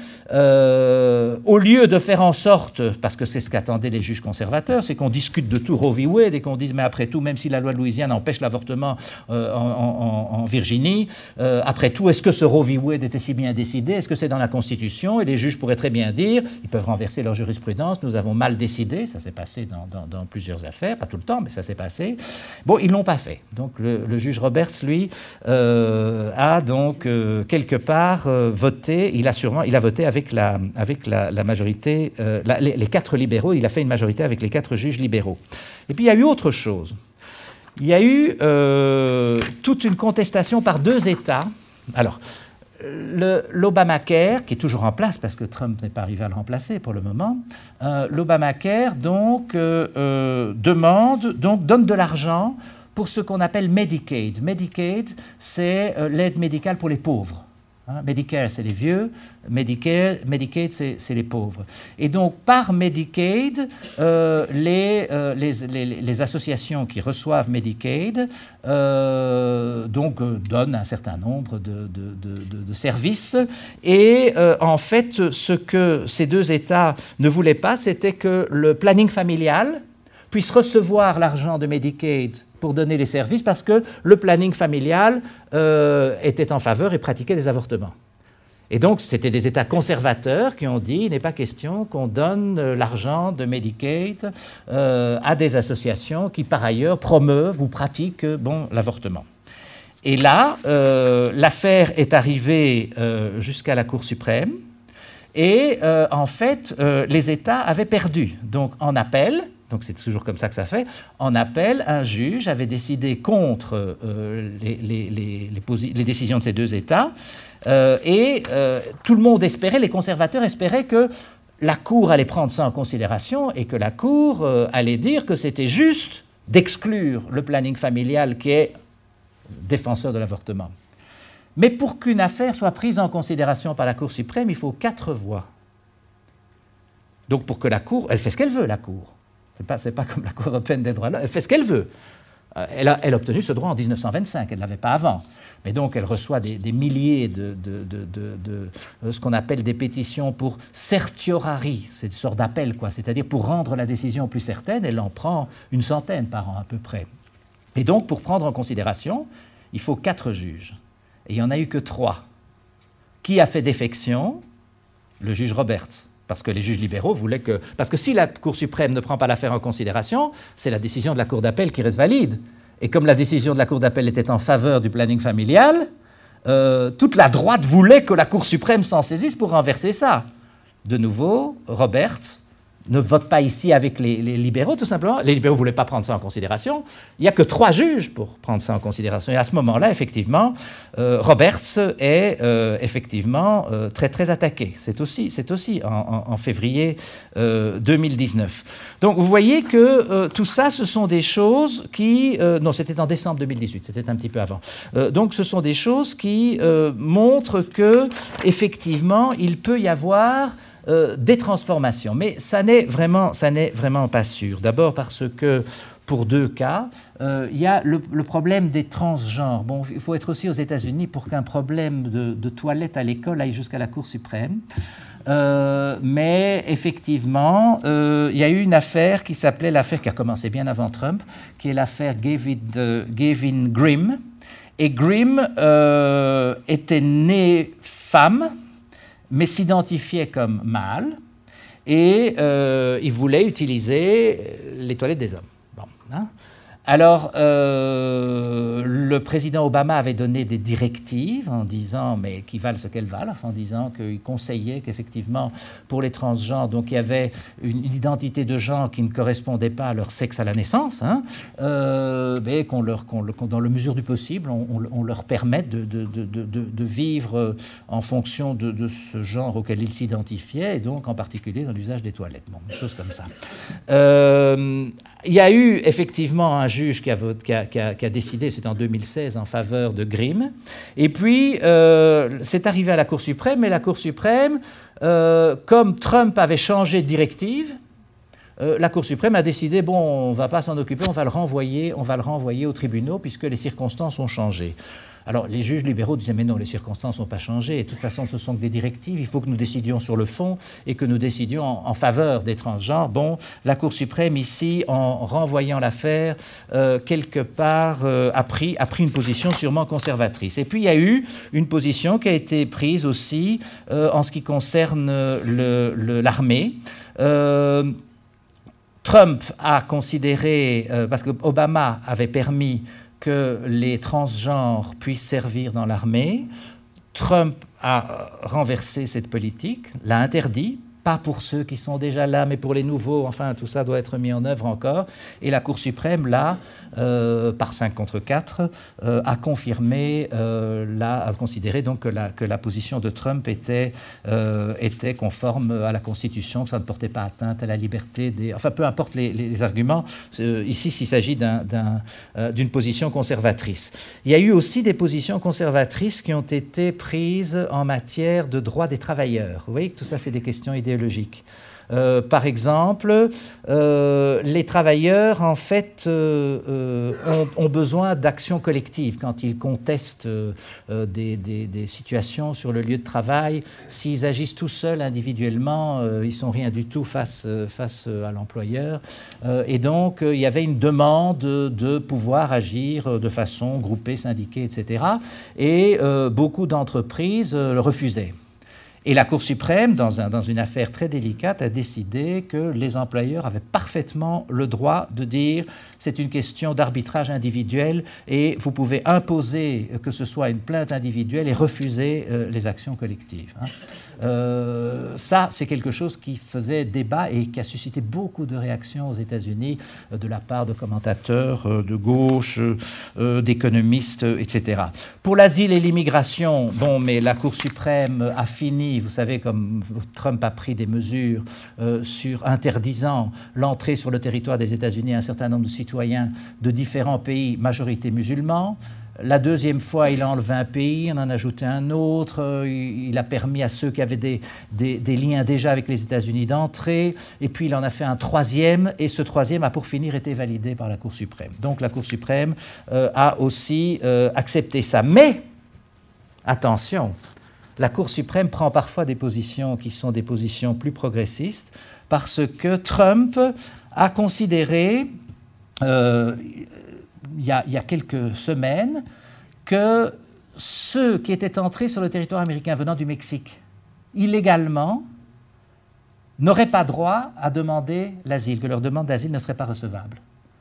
euh, au lieu de faire en sorte, parce que c'est ce qu'attendaient les juges conservateurs, c'est qu'on discute de tout Roe v. Wade et qu'on dise, mais après tout, même si la loi de Louisiane empêche l'avortement euh, en, en, en Virginie, euh, après tout, est-ce que ce Roe v. Wade était si bien décidé? Est-ce que c'est dans la Constitution? Et les juges pourraient très bien dire, ils peuvent renverser leur jurisprudence, nous avons mal décidé, ça s'est passé dans, dans, dans plusieurs affaires, pas tout le temps, mais ça s'est passé. Bon, ils ne l'ont pas fait. Donc le, le juge Roberts, lui, euh, a donc euh, quelque part euh, voté, il a sûrement, il a voté avec la, avec la, la majorité, euh, la, les, les quatre libéraux, il a fait une majorité avec les quatre juges libéraux. Et puis il y a eu autre chose. Il y a eu euh, toute une contestation par deux États. Alors, l'Obamacare, qui est toujours en place parce que Trump n'est pas arrivé à le remplacer pour le moment, euh, l'Obamacare donc euh, euh, demande, donc donne de l'argent pour ce qu'on appelle Medicaid. Medicaid, c'est euh, l'aide médicale pour les pauvres. Hein. Medicare, c'est les vieux, Medicare, Medicaid, c'est les pauvres. Et donc, par Medicaid, euh, les, euh, les, les, les associations qui reçoivent Medicaid euh, donc, euh, donnent un certain nombre de, de, de, de, de services. Et euh, en fait, ce que ces deux États ne voulaient pas, c'était que le planning familial puisse recevoir l'argent de Medicaid pour donner les services, parce que le planning familial euh, était en faveur et pratiquait des avortements. Et donc, c'était des États conservateurs qui ont dit « il n'est pas question qu'on donne euh, l'argent de Medicaid euh, à des associations qui, par ailleurs, promeuvent ou pratiquent euh, bon, l'avortement ». Et là, euh, l'affaire est arrivée euh, jusqu'à la Cour suprême, et euh, en fait, euh, les États avaient perdu. Donc, en appel, donc c'est toujours comme ça que ça fait, en appel, un juge avait décidé contre euh, les, les, les, les, les décisions de ces deux États, euh, et euh, tout le monde espérait, les conservateurs espéraient que la Cour allait prendre ça en considération et que la Cour euh, allait dire que c'était juste d'exclure le planning familial qui est défenseur de l'avortement. Mais pour qu'une affaire soit prise en considération par la Cour suprême, il faut quatre voix. Donc pour que la Cour, elle fait ce qu'elle veut, la Cour. Ce n'est pas, c'est pas comme la Cour européenne des droits de l'homme, elle fait ce qu'elle veut. Elle a, elle a obtenu ce droit en dix-neuf cent vingt-cinq, elle ne l'avait pas avant. Mais donc elle reçoit des, des milliers de, de, de, de, de, de ce qu'on appelle des pétitions pour certiorari, c'est une sorte d'appel, quoi. C'est-à-dire pour rendre la décision plus certaine, elle en prend une centaine par an à peu près. Et donc pour prendre en considération, il faut quatre juges. Et il n'y en a eu que trois. Qui a fait défection? Le juge Roberts. Parce que les juges libéraux voulaient que... Parce que si la Cour suprême ne prend pas l'affaire en considération, c'est la décision de la Cour d'appel qui reste valide. Et comme la décision de la Cour d'appel était en faveur du planning familial, euh, toute la droite voulait que la Cour suprême s'en saisisse pour renverser ça. De nouveau, Roberts ne vote pas ici avec les, les libéraux, tout simplement. Les libéraux ne voulaient pas prendre ça en considération. Il n'y a que trois juges pour prendre ça en considération. Et à ce moment-là, effectivement, euh, Roberts est euh, effectivement euh, très, très attaqué. C'est aussi, c'est aussi en, en, en février euh, deux mille dix-neuf. Donc, vous voyez que euh, tout ça, ce sont des choses qui... Euh, non, c'était en décembre deux mille dix-huit, c'était un petit peu avant. Euh, donc, ce sont des choses qui euh, montrent que, effectivement, il peut y avoir... Euh, des transformations, mais ça n'est vraiment, ça n'est vraiment pas sûr. D'abord parce que, pour deux cas, euh, il y a le, le problème des transgenres. Bon, il faut être aussi aux États-Unis pour qu'un problème de, de toilette à l'école aille jusqu'à la Cour suprême. Euh, mais effectivement, euh, il y a eu une affaire qui s'appelait l'affaire qui a commencé bien avant Trump, qui est l'affaire Gavin, euh, Gavin Grimm. Et Grimm euh, était né femme, mais s'identifiait comme mâle, et euh, il voulait utiliser les toilettes des hommes. Bon, hein. Alors, euh, le président Obama avait donné des directives en disant, mais qui valent ce qu'elles valent, enfin, en disant qu'il conseillait qu'effectivement, pour les transgenres, donc il y avait une, une identité de genre qui ne correspondait pas à leur sexe à la naissance, hein, euh, mais qu'on leur, qu'on, qu'on, dans la mesure du possible, on, on, on leur permette de, de, de, de, de vivre en fonction de, de ce genre auquel ils s'identifiaient, et donc en particulier dans l'usage des toilettes, bon, des choses comme ça. Euh, il y a eu effectivement un juge qui a, qui a, qui a, qui a décidé, c'est en deux mille seize, en faveur de Grimm. Et puis, euh, c'est arrivé à la Cour suprême, mais la Cour suprême, euh, comme Trump avait changé de directive, euh, la Cour suprême a décidé, bon, on ne va pas s'en occuper, on va le renvoyer, on va le renvoyer aux tribunaux puisque les circonstances ont changé. Alors, les juges libéraux disaient, mais non, les circonstances n'ont pas changé. Et de toute façon, ce sont que des directives. Il faut que nous décidions sur le fond et que nous décidions en, en faveur des transgenres. Bon, la Cour suprême, ici, en renvoyant l'affaire, euh, quelque part, euh, a, pris, a pris une position sûrement conservatrice. Et puis, il y a eu une position qui a été prise aussi euh, en ce qui concerne le, le, l'armée. Euh, Trump a considéré, euh, parce que Obama avait permis que les transgenres puissent servir dans l'armée. Trump a renversé cette politique, l'a interdit pas pour ceux qui sont déjà là, mais pour les nouveaux. Enfin, tout ça doit être mis en œuvre encore. Et la Cour suprême, là, euh, par cinq contre quatre, euh, a confirmé, euh, là, a considéré donc que la, que la position de Trump était, euh, était conforme à la Constitution, que ça ne portait pas atteinte à la liberté des... Enfin, peu importe les, les, les arguments, euh, ici, s'il s'agit d'un, d'un, euh, d'une position conservatrice. Il y a eu aussi des positions conservatrices qui ont été prises en matière de droits des travailleurs. Vous voyez que tout ça, c'est des questions idéologiques. Euh, par exemple, euh, les travailleurs, en fait, euh, euh, ont, ont besoin d'action collective quand ils contestent euh, des, des, des situations sur le lieu de travail. S'ils agissent tout seuls, individuellement, euh, ils ne sont rien du tout face, face à l'employeur. Euh, et donc, euh, il y avait une demande de pouvoir agir de façon groupée, syndiquée, et cetera. Et euh, beaucoup d'entreprises euh, le refusaient. Et la Cour suprême, dans, un, dans une affaire très délicate, a décidé que les employeurs avaient parfaitement le droit de dire c'est une question d'arbitrage individuel et vous pouvez imposer que ce soit une plainte individuelle et refuser euh, les actions collectives. Hein. Euh, ça, c'est quelque chose qui faisait débat et qui a suscité beaucoup de réactions aux États-Unis euh, de la part de commentateurs euh, de gauche, euh, d'économistes, et cetera. Pour l'asile et l'immigration, bon, mais la Cour suprême a fini, vous savez, comme Trump a pris des mesures euh, sur interdisant l'entrée sur le territoire des États-Unis à un certain nombre de citoyens de différents pays, majorité musulmans. La deuxième fois, il a enlevé un pays, on en a ajouté un autre. Il a permis à ceux qui avaient des, des, des liens déjà avec les États-Unis d'entrer. Et puis, il en a fait un troisième. Et ce troisième a, pour finir, été validé par la Cour suprême. Donc, la Cour suprême euh, a aussi euh, accepté ça. Mais, attention, la Cour suprême prend parfois des positions qui sont des positions plus progressistes parce que Trump a considéré... Euh, Il y, a, il y a quelques semaines, que ceux qui étaient entrés sur le territoire américain venant du Mexique, illégalement, n'auraient pas droit à demander l'asile, que leur demande d'asile ne serait pas recevable.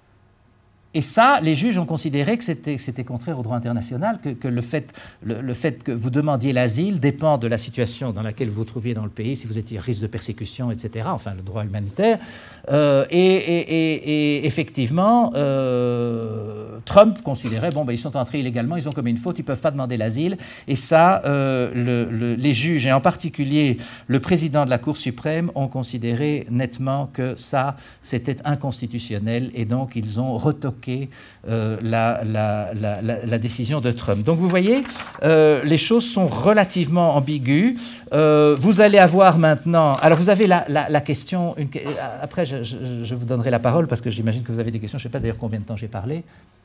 Et ça, les juges ont considéré que c'était, que c'était contraire au droit international, que, que le, fait, le, le fait que vous demandiez l'asile dépend de la situation dans laquelle vous vous trouviez dans le pays, si vous étiez à risque de persécution, et cetera, enfin le droit humanitaire. Euh, et, et, et, et effectivement, euh, Trump considérait, bon, ben, ils sont entrés illégalement, ils ont commis une faute, ils ne peuvent pas demander l'asile. Et ça, euh, le, le, les juges, et en particulier le président de la Cour suprême, ont considéré nettement que ça, c'était inconstitutionnel, et donc ils ont retoqué Euh, la, la, la, la, la décision de Trump. Donc vous voyez, euh, les choses sont relativement ambiguës. Euh, vous allez avoir maintenant... Alors vous avez la, la, la question... Une, après, je, je, je vous donnerai la parole parce que j'imagine que vous avez des questions. Je ne sais pas d'ailleurs combien de temps j'ai parlé.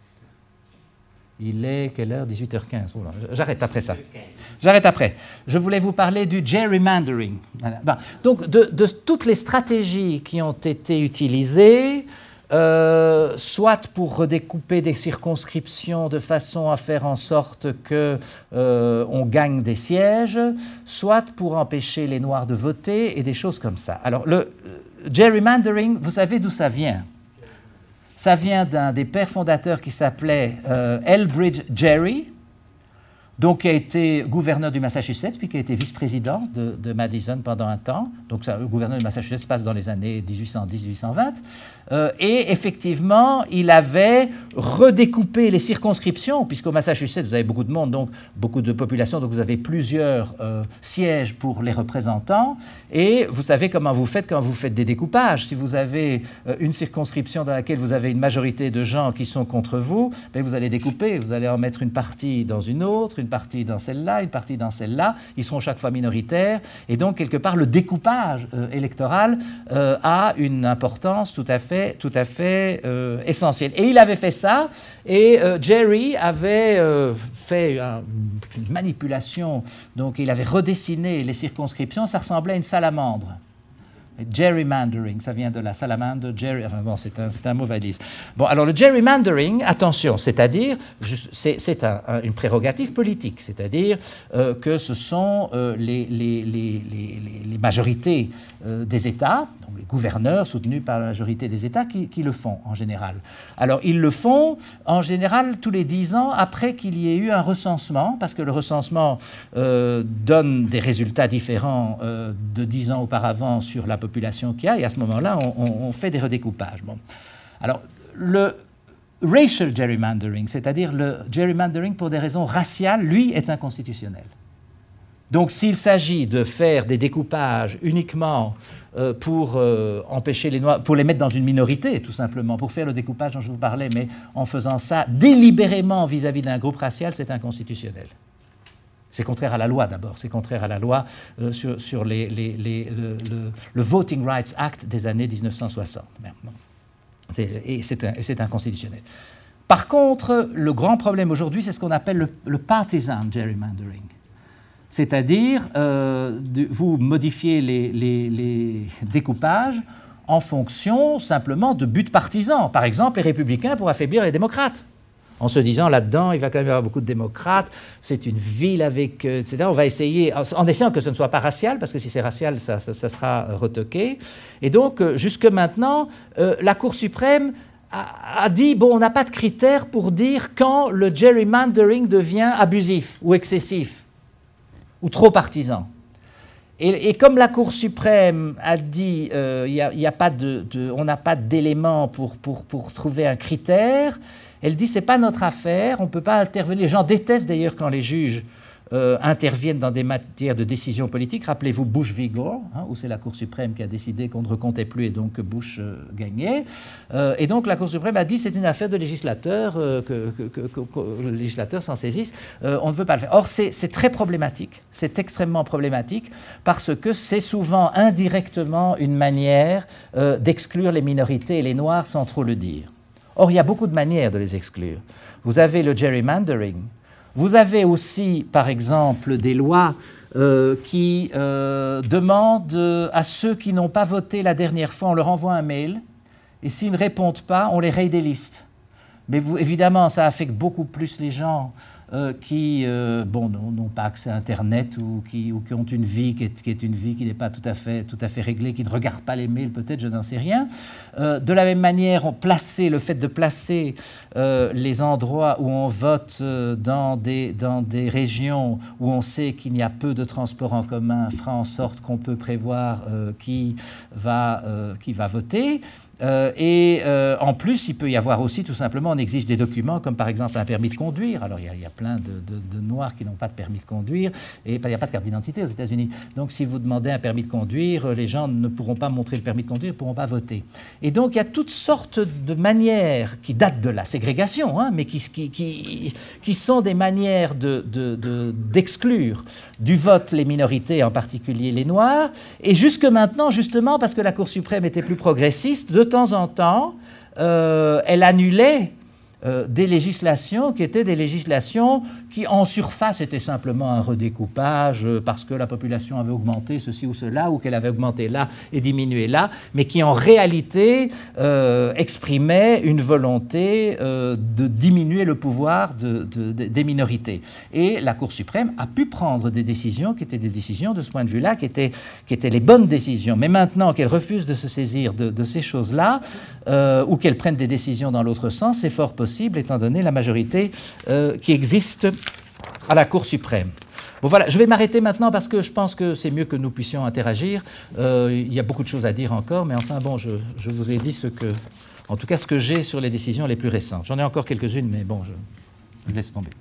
Il est quelle heure? dix-huit heures quinze. Oh là, j'arrête après ça. J'arrête après. Je voulais vous parler du gerrymandering. Voilà. Bon. Donc de, de toutes les stratégies qui ont été utilisées... Euh, soit pour redécouper des circonscriptions de façon à faire en sorte qu'on euh, gagne des sièges, soit pour empêcher les Noirs de voter et des choses comme ça. Alors, le euh, gerrymandering, vous savez d'où ça vient? Ça vient d'un des pères fondateurs qui s'appelait euh, Elbridge Gerry, donc qui a été gouverneur du Massachusetts, puis qui a été vice-président de, de Madison pendant un temps. Donc ça, le gouverneur du Massachusetts se passe dans les années dix-huit cent dix à dix-huit cent vingt. Euh, et effectivement, il avait redécoupé les circonscriptions, puisqu'au Massachusetts, vous avez beaucoup de monde, donc beaucoup de population, donc vous avez plusieurs euh, sièges pour les représentants. Et vous savez comment vous faites quand vous faites des découpages. Si vous avez euh, une circonscription dans laquelle vous avez une majorité de gens qui sont contre vous, bien, vous allez découper, vous allez en mettre une partie dans une autre, une partie dans celle-là, une partie dans celle-là. Ils seront chaque fois minoritaires. Et donc, quelque part, le découpage euh, électoral euh, a une importance tout à fait, tout à fait euh, essentielle. Et il avait fait ça. Et euh, Gerry avait euh, fait un, une manipulation. Donc, il avait redessiné les circonscriptions. Ça ressemblait à une salamandre. Gerrymandering, ça vient de la salamandre, Jerry, enfin bon, c'est un, c'est un mot valise. Bon, alors le gerrymandering, attention, c'est-à-dire, c'est, c'est un, un, une prérogative politique, c'est-à-dire euh, que ce sont euh, les, les, les, les, les majorités euh, des États, donc les gouverneurs soutenus par la majorité des États, qui, qui le font en général. Alors ils le font en général tous les dix ans après qu'il y ait eu un recensement, parce que le recensement euh, donne des résultats différents euh, de dix ans auparavant sur la population qu'il y a, et à ce moment-là, on, on, on fait des redécoupages. Bon. Alors, le racial gerrymandering, c'est-à-dire le gerrymandering pour des raisons raciales, lui, est inconstitutionnel. Donc, s'il s'agit de faire des découpages uniquement euh, pour euh, empêcher les Noirs, pour les mettre dans une minorité, tout simplement, pour faire le découpage dont je vous parlais, mais en faisant ça délibérément vis-à-vis d'un groupe racial, c'est inconstitutionnel. C'est contraire à la loi d'abord, c'est contraire à la loi euh, sur, sur les, les, les, le, le, le Voting Rights Act des années dix-neuf cent soixante. C'est, et, c'est un, et c'est inconstitutionnel. Par contre, le grand problème aujourd'hui, c'est ce qu'on appelle le, le partisan gerrymandering. C'est-à-dire, euh, de, vous modifiez les, les, les découpages en fonction simplement de buts partisans. Par exemple, les républicains pour affaiblir les démocrates. En se disant, là-dedans, il va quand même y avoir beaucoup de démocrates, c'est une ville avec, euh, et cetera. On va essayer, en essayant que ce ne soit pas racial, parce que si c'est racial, ça, ça, ça sera retoqué. Et donc, euh, jusque maintenant, euh, la Cour suprême a, a dit, bon, on n'a pas de critères pour dire quand le gerrymandering devient abusif ou excessif, ou trop partisan. Et, et comme la Cour suprême a dit, euh, y a, y a pas de, de, on n'a pas d'éléments pour, pour, pour trouver un critère, elle dit, c'est pas notre affaire, on ne peut pas intervenir. Les gens détestent d'ailleurs quand les juges euh, interviennent dans des matières de décision politique. Rappelez-vous Bush v. Gore, hein, où c'est la Cour suprême qui a décidé qu'on ne recomptait plus et donc que Bush euh, gagnait. Euh, et donc la Cour suprême a dit, c'est une affaire de législateur, euh, que, que, que, que, que le législateur s'en saisisse, euh, on ne veut pas le faire. Or, c'est, c'est très problématique, c'est extrêmement problématique, parce que c'est souvent indirectement une manière euh, d'exclure les minorités et les Noirs sans trop le dire. Or, il y a beaucoup de manières de les exclure. Vous avez le gerrymandering. Vous avez aussi, par exemple, des lois euh, qui euh, demandent à ceux qui n'ont pas voté la dernière fois, on leur envoie un mail, et s'ils ne répondent pas, on les raye des listes. Mais vous, évidemment, ça affecte beaucoup plus les gens euh, qui euh, bon, n'ont pas accès à Internet ou qui, ou qui ont une vie qui est, qui est une vie qui n'est pas tout à fait, tout à fait réglée, qui ne regardent pas les mails, peut-être, je n'en sais rien. Euh, de la même manière, on plaçait, le fait de placer euh, les endroits où on vote euh, dans, des, dans des régions où on sait qu'il y a peu de transports en commun fera en sorte qu'on peut prévoir euh, qui, va, euh, qui va voter. Euh, et euh, en plus, il peut y avoir aussi, tout simplement, on exige des documents, comme par exemple un permis de conduire. Alors, il y a, il y a plein de, de, de Noirs qui n'ont pas de permis de conduire, et il n'y a pas de carte d'identité aux États-Unis. Donc, si vous demandez un permis de conduire, les gens ne pourront pas montrer le permis de conduire, ne pourront pas voter. Et donc, il y a toutes sortes de manières qui datent de la ségrégation, hein, mais qui, qui, qui, qui sont des manières de, de, de, d'exclure du vote les minorités, en particulier les Noirs. Et jusque maintenant, justement, parce que la Cour suprême était plus progressiste, de de temps en temps, euh, elle annulait euh, des législations qui étaient des législations qui, en surface, étaient simplement un redécoupage euh, parce que la population avait augmenté ceci ou cela, ou qu'elle avait augmenté là et diminué là, mais qui, en réalité, euh, exprimaient une volonté euh, de diminuer le pouvoir de, de, de, des minorités. Et la Cour suprême a pu prendre des décisions qui étaient des décisions, de ce point de vue-là, qui étaient, qui étaient les bonnes décisions. Mais maintenant qu'elle refuse de se saisir de, de ces choses-là, euh, ou qu'elle prenne des décisions dans l'autre sens, c'est fort possible, étant donné la majorité euh, qui existe à la Cour suprême. Bon voilà, je vais m'arrêter maintenant parce que je pense que c'est mieux que nous puissions interagir. Euh, il y a beaucoup de choses à dire encore, mais enfin bon, je, je vous ai dit ce que, en tout cas ce que j'ai sur les décisions les plus récentes. J'en ai encore quelques-unes, mais bon, je, je laisse tomber.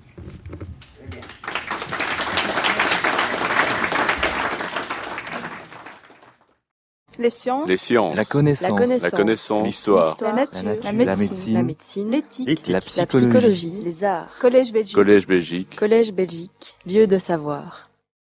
Les sciences. Les sciences. La connaissance. La connaissance. La connaissance. L'histoire. La nature. La nature. La médecine. La médecine. La médecine. L'éthique. Éthique. La La psychologie. psychologie. Les arts. Collège Belgique. Collège Belgique. Collège Belgique. Lieu de savoir.